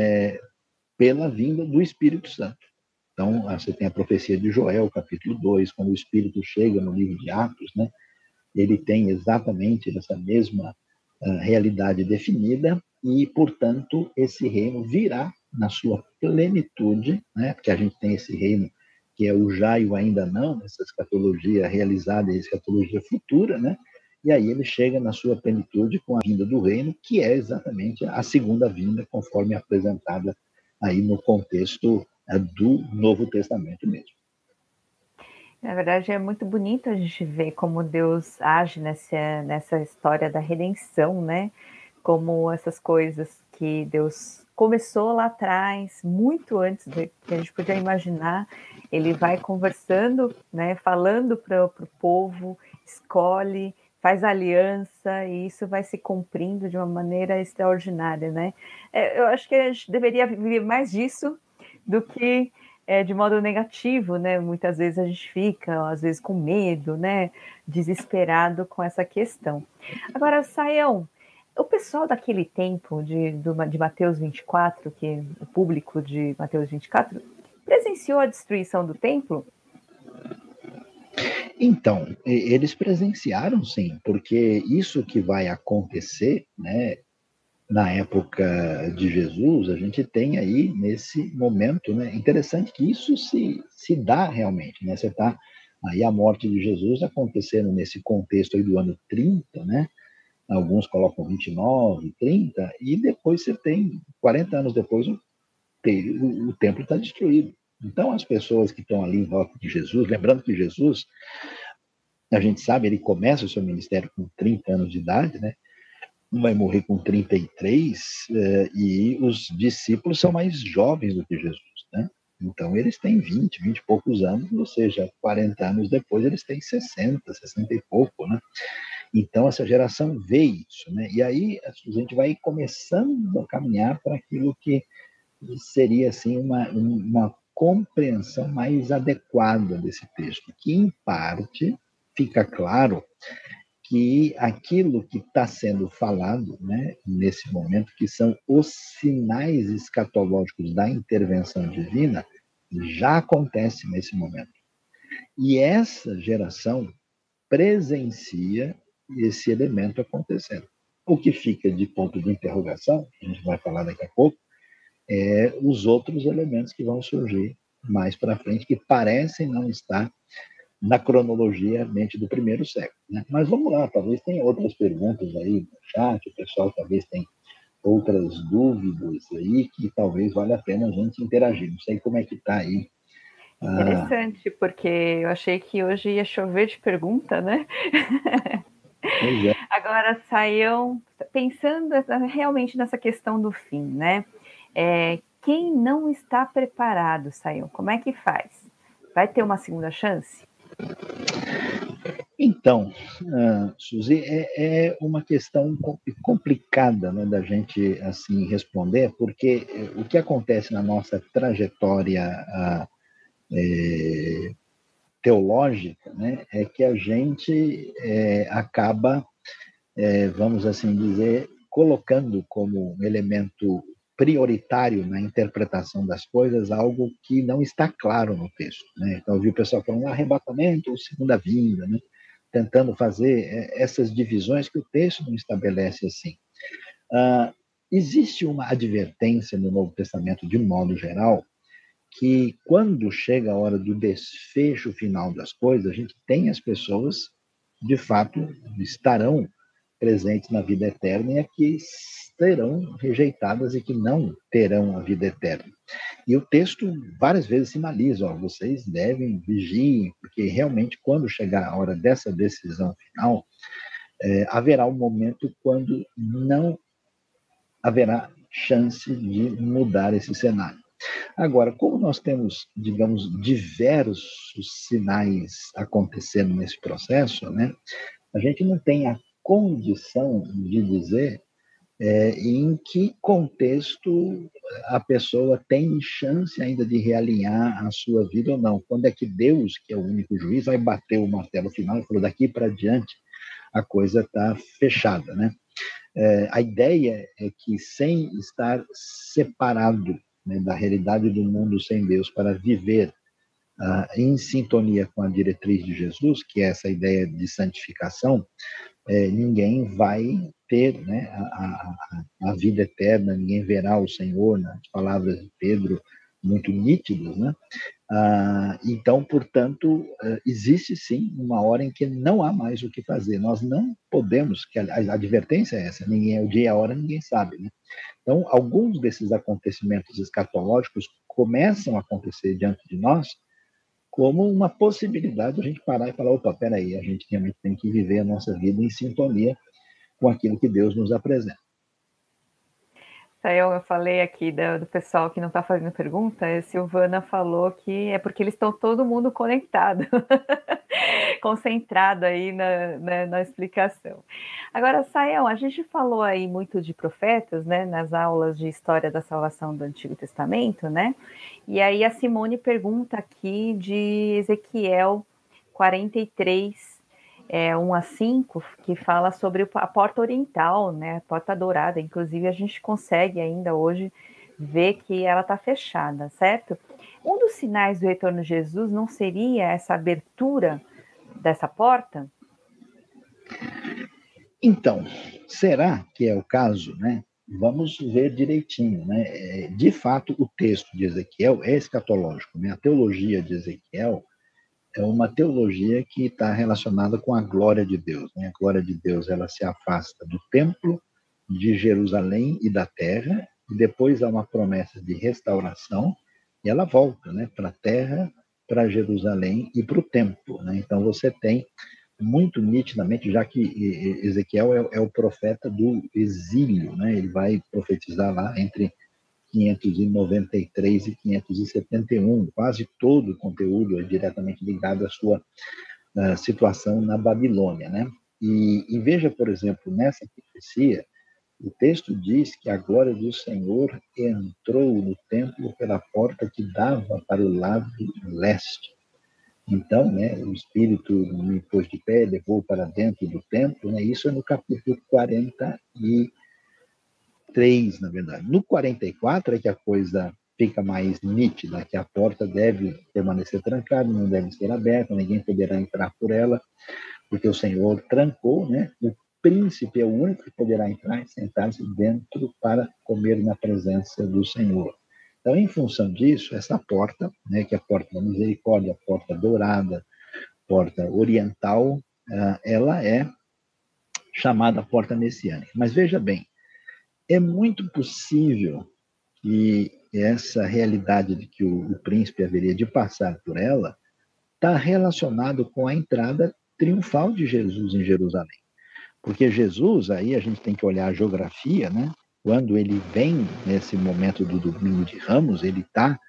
pela vinda do Espírito Santo. Então, você tem a profecia de Joel, capítulo 2, quando o Espírito chega no livro de Atos, né? Ele tem exatamente essa mesma realidade definida e, portanto, esse reino virá na sua plenitude, né? Porque a gente tem esse reino que é o já e o ainda não, essa escatologia realizada e escatologia futura, né? E aí ele chega na sua plenitude com a vinda do reino, que é exatamente a segunda vinda, conforme apresentada aí no contexto do Novo Testamento mesmo. Na verdade, é muito bonito a gente ver como Deus age nessa história da redenção, né? Como essas coisas que Deus começou lá atrás, muito antes do que a gente podia imaginar, ele vai conversando, né? Falando para o povo, escolhe, faz aliança, e isso vai se cumprindo de uma maneira extraordinária, né? Eu acho que a gente deveria viver mais disso do que de modo negativo, né? Muitas vezes a gente fica, às vezes, com medo, né? Desesperado com essa questão. Agora, Saião, o pessoal daquele tempo de Mateus 24, que o público de Mateus 24, presenciou a destruição do templo? Então, eles presenciaram sim, porque isso que vai acontecer, né, na época de Jesus, a gente tem aí nesse momento, né? Interessante que isso se dá realmente, né? Você está aí a morte de Jesus acontecendo nesse contexto aí do ano 30, né? Alguns colocam 29, 30, e depois você tem, 40 anos depois, o templo está destruído. Então, as pessoas que estão ali em volta de Jesus, lembrando que Jesus, a gente sabe, ele começa o seu ministério com 30 anos de idade, né? Vai morrer com 33, e os discípulos são mais jovens do que Jesus, né? Então eles têm 20 e poucos anos, ou seja, 40 anos depois eles têm 60, 60 e pouco, né? Então essa geração vê isso, né? E aí a gente vai começando a caminhar para aquilo que seria assim uma compreensão mais adequada desse texto, que em parte fica claro que aquilo que está sendo falado, né, nesse momento, que são os sinais escatológicos da intervenção divina, já acontece nesse momento. E essa geração presencia esse elemento acontecendo. O que fica de ponto de interrogação, a gente vai falar daqui a pouco, é os outros elementos que vão surgir mais para frente, que parecem não estar na cronologia mente do primeiro século. Né? Mas vamos lá, talvez tenha outras perguntas aí no chat, o pessoal talvez tenha outras dúvidas aí que talvez valha a pena a gente interagir. Não sei como é que está aí. Interessante, porque eu achei que hoje ia chover de pergunta, né? Pois é. Agora, Saião, pensando realmente nessa questão do fim, né? Quem não está preparado, Saião, como é que faz? Vai ter uma segunda chance? Então, Suzy, é uma questão complicada, né, da gente assim responder, porque o que acontece na nossa trajetória teológica, né, é que a gente acaba, vamos assim dizer, colocando como elemento prioritário na interpretação das coisas algo que não está claro no texto, né? Então, eu vi o pessoal falando arrebatamento ou segunda vinda, né? Tentando fazer essas divisões que o texto não estabelece assim. Existe uma advertência no Novo Testamento, de modo geral, que quando chega a hora do desfecho final das coisas, a gente tem as pessoas, de fato, estarão presentes na vida eterna e que serão rejeitadas e que não terão a vida eterna. E o texto várias vezes sinaliza, vocês devem vigiar, porque realmente quando chegar a hora dessa decisão final, haverá um momento quando não haverá chance de mudar esse cenário. Agora, como nós temos, digamos, diversos sinais acontecendo nesse processo, né, a gente não tem a condição de dizer em que contexto a pessoa tem chance ainda de realinhar a sua vida ou não. Quando é que Deus, que é o único juiz, vai bater o martelo final e falar, daqui para diante a coisa está fechada, né? A ideia é que, sem estar separado, né, da realidade do mundo sem Deus, para viver em sintonia com a diretriz de Jesus, que é essa ideia de santificação, ninguém vai ter, né, a vida eterna, ninguém verá o Senhor, nas palavras de Pedro, muito nítidas, né? Então, portanto, existe sim uma hora em que não há mais o que fazer. Nós não podemos, que a advertência é essa, ninguém, o dia e a hora ninguém sabe, né? Então, alguns desses acontecimentos escatológicos começam a acontecer diante de nós como uma possibilidade de a gente parar e falar, opa, peraí, a gente realmente tem que viver a nossa vida em sintonia com aquilo que Deus nos apresenta. Eu falei aqui do pessoal que não está fazendo pergunta, a Silvana falou que é porque eles estão todo mundo conectado, concentrado aí na explicação. Agora, Sayão, a gente falou aí muito de profetas, né, nas aulas de História da Salvação do Antigo Testamento, né? E aí a Simone pergunta aqui de Ezequiel 43, 1-5, que fala sobre a porta oriental, né, a porta dourada. Inclusive, a gente consegue ainda hoje ver que ela está fechada, certo? Um dos sinais do retorno de Jesus não seria essa abertura dessa porta? Então, será que é o caso, né? Vamos ver direitinho, né? De fato, o texto de Ezequiel é escatológico, né? A teologia de Ezequiel é uma teologia que está relacionada com a glória de Deus, né? A glória de Deus, ela se afasta do templo, de Jerusalém e da terra, e depois há uma promessa de restauração, e ela volta, né? Para a terra, para Jerusalém e para o templo, né? Então você tem muito nitidamente, já que Ezequiel é o profeta do exílio, né? Ele vai profetizar lá entre 593 e 571, quase todo o conteúdo é diretamente ligado à sua situação na Babilônia, né? E veja, por exemplo, nessa profecia, o texto diz que a glória do Senhor entrou no templo pela porta que dava para o lado leste. Então, né, o Espírito me pôs de pé, levou para dentro do templo, né? Isso é no capítulo 43, na verdade. No 44 é que a coisa fica mais nítida, que a porta deve permanecer trancada, não deve ser aberta, ninguém poderá entrar por ela, porque o Senhor trancou, né? O príncipe é o único que poderá entrar e sentar-se dentro para comer na presença do Senhor. Então, em função disso, essa porta, né, que é a porta da misericórdia, a porta dourada, porta oriental, ela é chamada porta messiânica. Mas veja bem, é muito possível que essa realidade de que o príncipe haveria de passar por ela está relacionado com a entrada triunfal de Jesus em Jerusalém. Porque Jesus, aí a gente tem que olhar a geografia, né? Quando ele vem nesse momento do Domingo de Ramos, ele está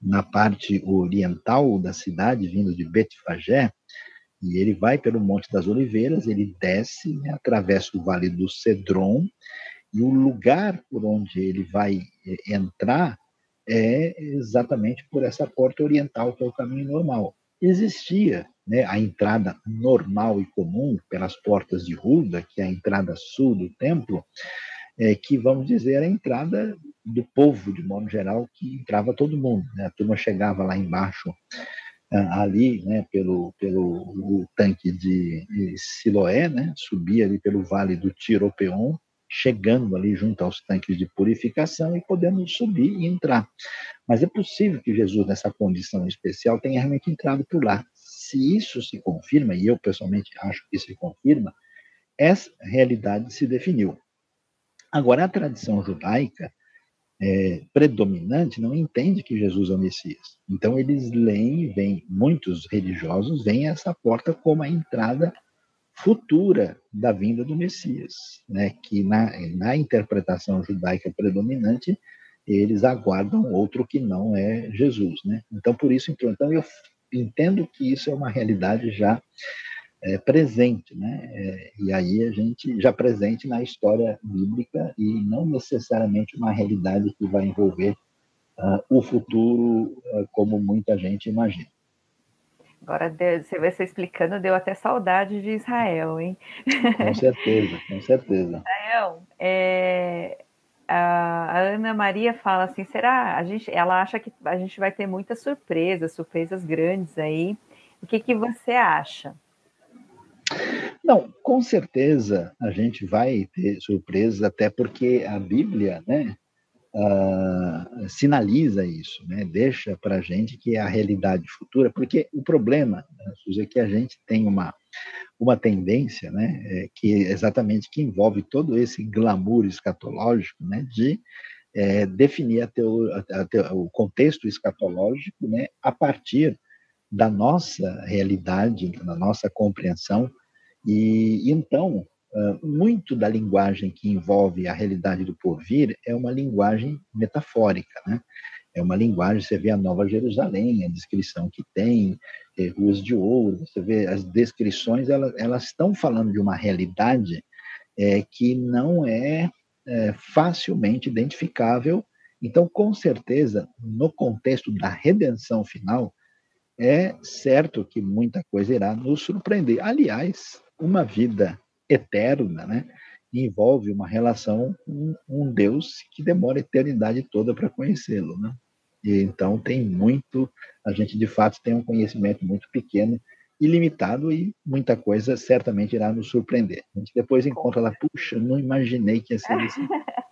na parte oriental da cidade, vindo de Betfagé, e ele vai pelo Monte das Oliveiras, ele desce, né, atravessa o Vale do Cedron, e o lugar por onde ele vai entrar é exatamente por essa porta oriental, que é o caminho normal. Existia, né, a entrada normal e comum pelas portas de Ruda, que é a entrada sul do templo, que, vamos dizer, era a entrada do povo, de modo geral, que entrava todo mundo, né? A turma chegava lá embaixo, ali, né, pelo o tanque de Siloé, né, subia ali pelo vale do Tiropeon, chegando ali junto aos tanques de purificação e podendo subir e entrar. Mas é possível que Jesus, nessa condição especial, tenha realmente entrado por lá. Se isso se confirma, e eu pessoalmente acho que se confirma, essa realidade se definiu. Agora, a tradição judaica predominante não entende que Jesus é o Messias. Então, eles leem, muitos religiosos veem essa porta como a entrada futura da vinda do Messias, né? Que na interpretação judaica predominante, eles aguardam outro que não é Jesus, né? Então, por isso, então eu entendo que isso é uma realidade já presente, né? E aí a gente já presente na história bíblica e não necessariamente uma realidade que vai envolver o futuro como muita gente imagina. Agora, você explicando, deu até saudade de Israel, hein? Com certeza, com certeza. Israel, a Ana Maria fala assim, ela acha que a gente vai ter muitas surpresas grandes aí. O que você acha? Não, com certeza a gente vai ter surpresas, até porque a Bíblia, né, sinaliza isso, né, deixa para a gente que é a realidade futura, porque o problema, Suzy, é que a gente tem uma tendência, né, que exatamente que envolve todo esse glamour escatológico, né, de definir o contexto escatológico, né, a partir da nossa realidade, da nossa compreensão. E então, muito da linguagem que envolve a realidade do porvir é uma linguagem metafórica, né? É uma linguagem, você vê a Nova Jerusalém, a descrição que tem, ruas de ouro, você vê as descrições, elas estão falando de uma realidade que não é facilmente identificável. Então, com certeza, no contexto da redenção final, é certo que muita coisa irá nos surpreender. Aliás, uma vida eterna, né, envolve uma relação com um Deus que demora a eternidade toda para conhecê-lo, né? E então tem muito, a gente de fato tem um conhecimento muito pequeno e limitado, e muita coisa certamente irá nos surpreender. A gente depois encontra lá, puxa, não imaginei que ia ser assim.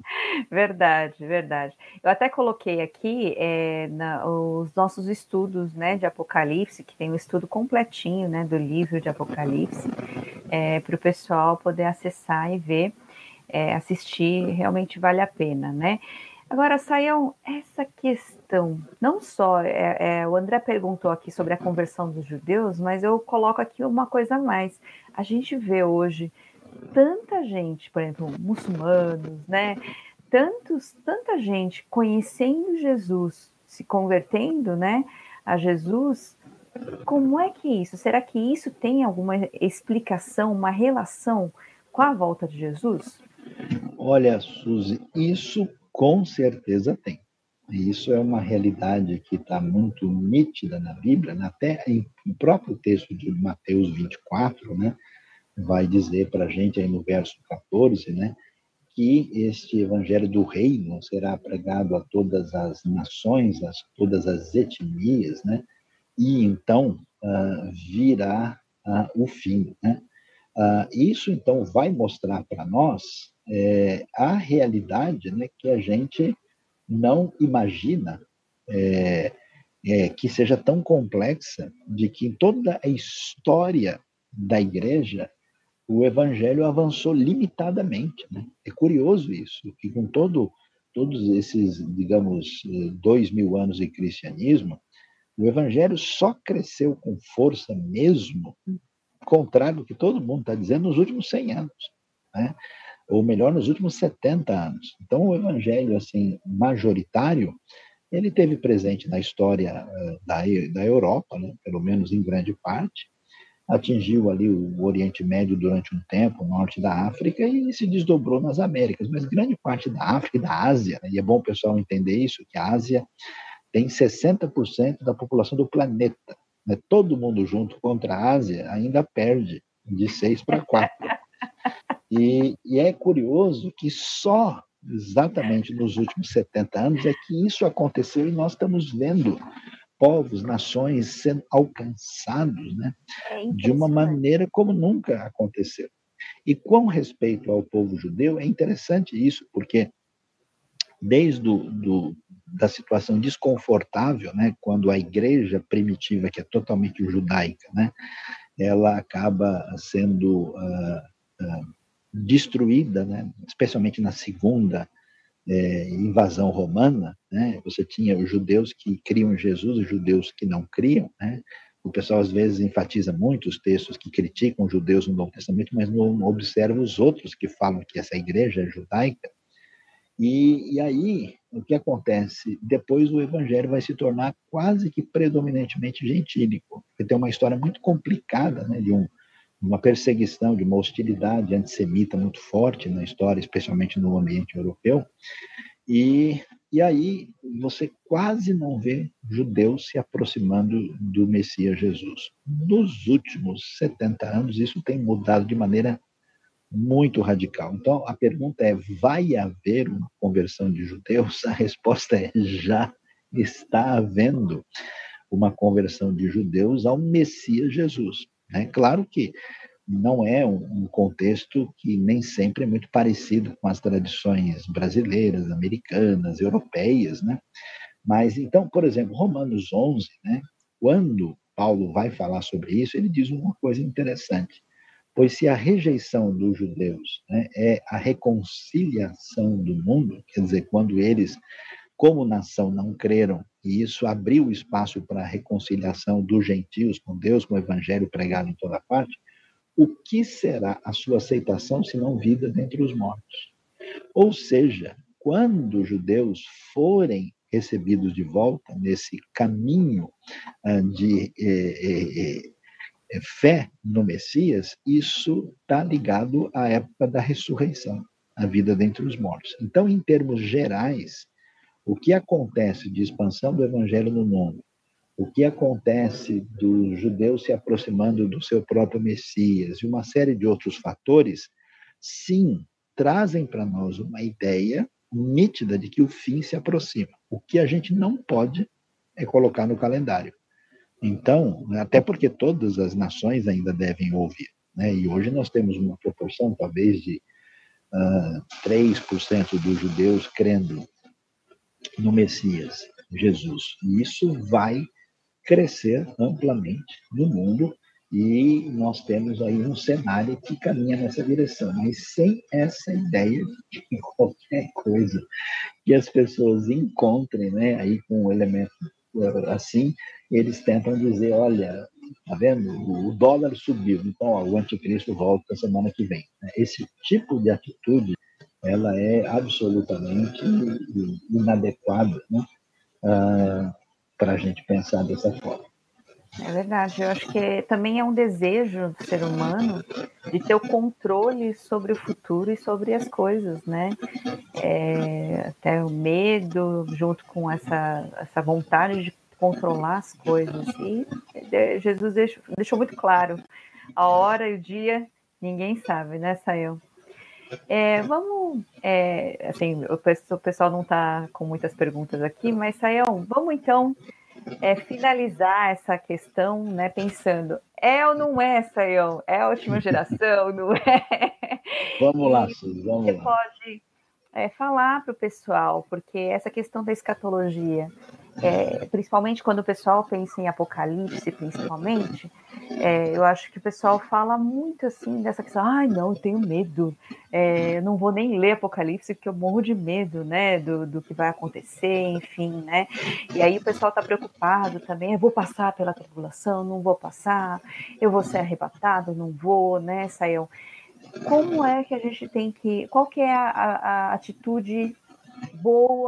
Verdade, verdade. Eu até coloquei aqui os nossos estudos, né, de Apocalipse, que tem um estudo completinho, né, do livro de Apocalipse, para o pessoal poder acessar e ver, assistir, realmente vale a pena, né? Agora, Sayão, essa questão, não só, o André perguntou aqui sobre a conversão dos judeus, mas eu coloco aqui uma coisa a mais. A gente vê hoje tanta gente, por exemplo, muçulmanos, né? Tanta gente conhecendo Jesus, se convertendo, né, a Jesus. Como é que isso? Será que isso tem alguma explicação, uma relação com a volta de Jesus? Olha, Suzy, isso com certeza tem. Isso é uma realidade que está muito nítida na Bíblia, né? Até no próprio texto de Mateus 24, né, vai dizer para a gente aí no verso 14, né, que este evangelho do reino será pregado a todas as nações, a todas as etnias, né? E então virá o fim, né? Isso então vai mostrar para nós a realidade, né, que a gente não imagina que seja tão complexa, de que em toda a história da igreja o evangelho avançou limitadamente, né? É curioso isso, que com todos esses, digamos, 2000 anos de cristianismo, o evangelho só cresceu com força mesmo, contrário do que todo mundo está dizendo, nos últimos 100 anos, né? Ou melhor, nos últimos 70 anos. Então, o evangelho assim majoritário ele teve presente na história da Europa, né, pelo menos em grande parte, atingiu ali o Oriente Médio durante um tempo, o norte da África, e se desdobrou nas Américas. Mas grande parte da África e da Ásia, né, e é bom o pessoal entender isso, que a Ásia tem 60% da população do planeta. Né? Todo mundo junto contra a Ásia ainda perde de 6-4. E é curioso que só exatamente nos últimos 70 anos é que isso aconteceu e nós estamos vendo povos, nações sendo alcançados, né, de uma maneira como nunca aconteceu. E com respeito ao povo judeu, é interessante isso, porque desde da situação desconfortável, né, quando a igreja primitiva, que é totalmente judaica, né, ela acaba sendo destruída, né, especialmente na segunda invasão romana, né, você tinha os judeus que criam Jesus e os judeus que não criam, né. O pessoal às vezes enfatiza muito os textos que criticam os judeus no Novo Testamento, mas não observa os outros que falam que essa igreja é judaica. E aí, o que acontece? Depois o evangelho vai se tornar quase que predominantemente gentílico, porque tem uma história muito complicada, né, de uma perseguição, de uma hostilidade antissemita muito forte na história, especialmente no ambiente europeu. E aí você quase não vê judeus se aproximando do Messias Jesus. Nos últimos 70 anos, isso tem mudado de maneira muito radical. Então, a pergunta é, vai haver uma conversão de judeus? A resposta é, já está havendo uma conversão de judeus ao Messias Jesus. É claro que não é um contexto que nem sempre é muito parecido com as tradições brasileiras, americanas, europeias, né? Mas, então, por exemplo, Romanos 11, né? Quando Paulo vai falar sobre isso, ele diz uma coisa interessante. Pois se a rejeição dos judeus, né, é a reconciliação do mundo, quer dizer, quando eles, como nação, não creram, e isso abriu espaço para a reconciliação dos gentios com Deus, com o evangelho pregado em toda parte, o que será a sua aceitação se não vida dentre os mortos? Ou seja, quando os judeus forem recebidos de volta nesse caminho de fé no Messias, isso está ligado à época da ressurreição, a vida dentre os mortos. Então, em termos gerais, o que acontece de expansão do evangelho no mundo, o que acontece dos judeus se aproximando do seu próprio Messias e uma série de outros fatores, sim, trazem para nós uma ideia nítida de que o fim se aproxima. O que a gente não pode é colocar no calendário. Então, até porque todas as nações ainda devem ouvir, né? E hoje nós temos uma proporção, talvez, de 3% dos judeus crendo no Messias, Jesus. E isso vai crescer amplamente no mundo e nós temos aí um cenário que caminha nessa direção, mas sem essa ideia de que qualquer coisa que as pessoas encontrem, né, aí com um elemento assim, eles tentam dizer, olha, tá vendo? O dólar subiu, então ó, o anticristo volta semana que vem. Esse tipo de atitude, ela é absolutamente inadequada, né? Para a gente pensar dessa forma. É verdade, eu acho que também é um desejo do ser humano de ter o controle sobre o futuro e sobre as coisas, né? Até o medo, junto com essa vontade de controlar as coisas. E Jesus deixou muito claro, a hora e o dia, ninguém sabe, né, Sayão? Vamos, assim, o pessoal não está com muitas perguntas aqui, mas, Sayão, vamos então finalizar essa questão, né, pensando, ou não é, Sayão? É a última geração, não é? Vamos lá, Suzy, vamos você lá. pode falar para o pessoal, porque essa questão da escatologia, principalmente quando o pessoal pensa em Apocalipse, principalmente, eu acho que o pessoal fala muito assim dessa questão, não, eu tenho medo, eu não vou nem ler Apocalipse porque eu morro de medo, né, do que vai acontecer, enfim, né, e aí o pessoal está preocupado também, eu vou passar pela tribulação, não vou passar, eu vou ser arrebatado, não vou, né, Sayão? Como é que a gente tem que... Qual que é a atitude boa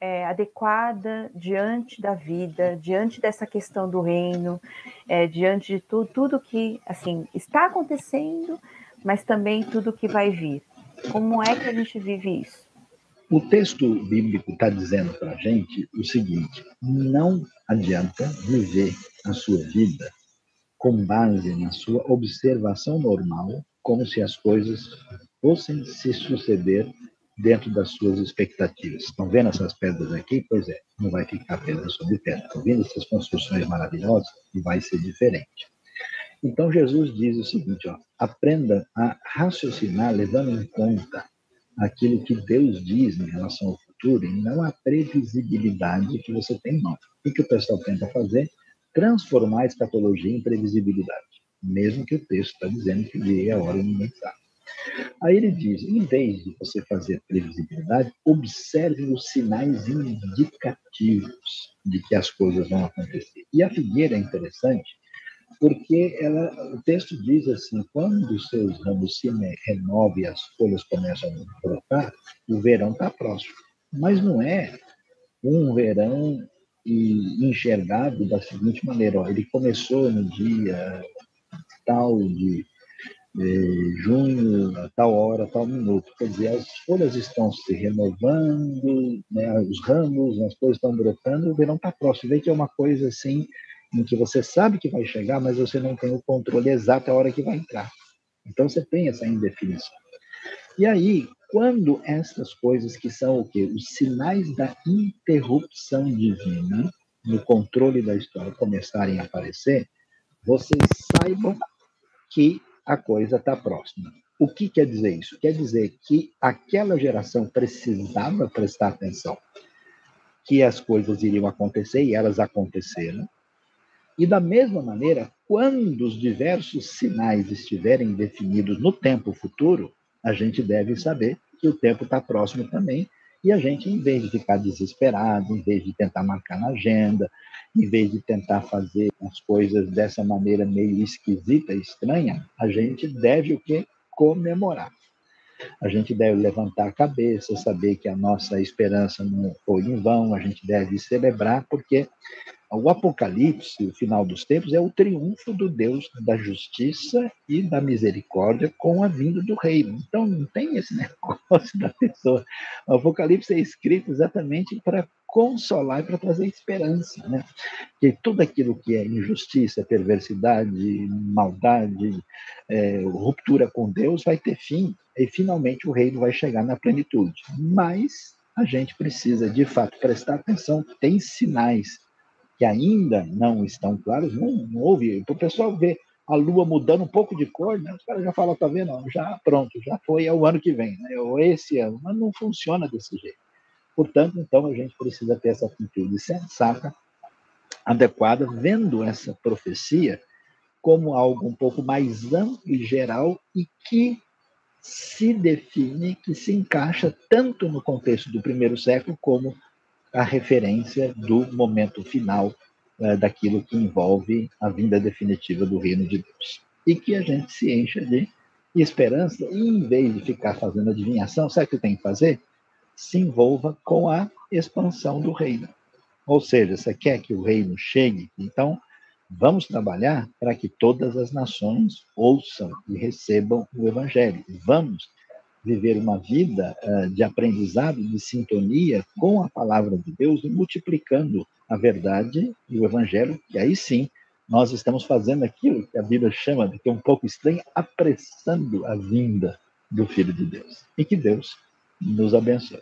adequada diante da vida, diante dessa questão do reino, diante de tudo que assim está acontecendo, mas também tudo que vai vir. Como é que a gente vive isso? O texto bíblico está dizendo para a gente o seguinte: não adianta viver a sua vida com base na sua observação normal, como se as coisas fossem se suceder dentro das suas expectativas. Estão vendo essas pedras aqui? Pois é, não vai ficar pedra sobre pedra. Estão vendo essas construções maravilhosas? E vai ser diferente. Então Jesus diz o seguinte, aprenda a raciocinar levando em conta aquilo que Deus diz em relação ao futuro e não a previsibilidade que você tem em mão. O que o pessoal tenta fazer? Transformar a escatologia em previsibilidade, mesmo que o texto está dizendo que o dia e a hora ninguém sabe. Aí ele diz, em vez de você fazer previsibilidade, observe os sinais indicativos de que as coisas vão acontecer. E a figueira é interessante, porque o texto diz assim, quando os seus ramos se renovam e as folhas começam a brotar, o verão está próximo. Mas não é um verão enxergado da seguinte maneira, ele começou no dia tal de junho, a tal hora, tal minuto. Quer dizer, as folhas estão se renovando, né, os ramos, as coisas estão brotando, o verão está próximo. Vê que é uma coisa assim, em que você sabe que vai chegar, mas você não tem o controle exato da hora que vai entrar. Então você tem essa indefinição. E aí, quando essas coisas que são o quê? Os sinais da interrupção divina no controle da história começarem a aparecer, vocês saibam que a coisa está próxima. O que quer dizer isso? Quer dizer que aquela geração precisava prestar atenção que as coisas iriam acontecer e elas aconteceram. E da mesma maneira, quando os diversos sinais estiverem definidos no tempo futuro, a gente deve saber que o tempo está próximo também, e a gente, em vez de ficar desesperado, em vez de tentar marcar na agenda, em vez de tentar fazer as coisas dessa maneira meio esquisita, estranha, a gente deve o quê? Comemorar. A gente deve levantar a cabeça, saber que a nossa esperança não foi em vão, a gente deve celebrar, porque o Apocalipse, o final dos tempos, é o triunfo do Deus da justiça e da misericórdia com a vinda do reino. Então, não tem esse negócio da pessoa. O Apocalipse é escrito exatamente para consolar e para trazer esperança, né? Que tudo aquilo que é injustiça, perversidade, maldade, ruptura com Deus vai ter fim e finalmente o reino vai chegar na plenitude. Mas a gente precisa, de fato, prestar atenção, tem sinais que ainda não estão claros, não houve. O pessoal vê a Lua mudando um pouco de cor, né? Os caras já falam, tá vendo? Já pronto, já foi, é o ano que vem, né? Ou esse ano, mas não funciona desse jeito. Portanto, então, a gente precisa ter essa atitude sensata, adequada, vendo essa profecia como algo um pouco mais amplo e geral e que se define, que se encaixa tanto no contexto do primeiro século como a referência do momento final daquilo que envolve a vinda definitiva do reino de Deus. E que a gente se encha de esperança e, em vez de ficar fazendo adivinhação, sabe o que tem que fazer? Se envolva com a expansão do reino. Ou seja, você quer que o reino chegue? Então, vamos trabalhar para que todas as nações ouçam e recebam o evangelho. Vamos viver uma vida de aprendizado, de sintonia com a palavra de Deus e multiplicando a verdade e o evangelho, que aí sim nós estamos fazendo aquilo que a Bíblia chama, de que é um pouco estranho, apressando a vinda do Filho de Deus. E que Deus nos abençoe.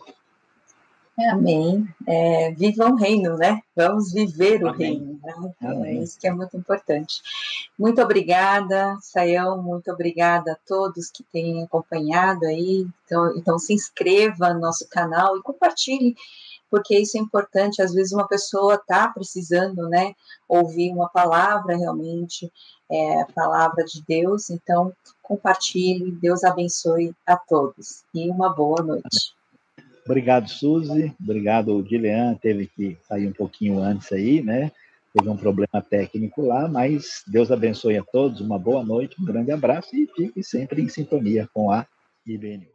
Amém. Viva o reino, né? Vamos viver o Amém. reino, né? Amém. Isso que é muito importante. Muito obrigada, Sayão, muito obrigada a todos que têm acompanhado aí. Então se inscreva no nosso canal e compartilhe, porque isso é importante. Às vezes uma pessoa está precisando, né, ouvir uma palavra realmente, a palavra de Deus. Então, compartilhe. Deus abençoe a todos. E uma boa noite. Obrigado, Suzy. Obrigado, Guilherme. Teve que sair um pouquinho antes aí, né? Teve um problema técnico lá, mas Deus abençoe a todos. Uma boa noite, um grande abraço e fique sempre em sintonia com a IBNU.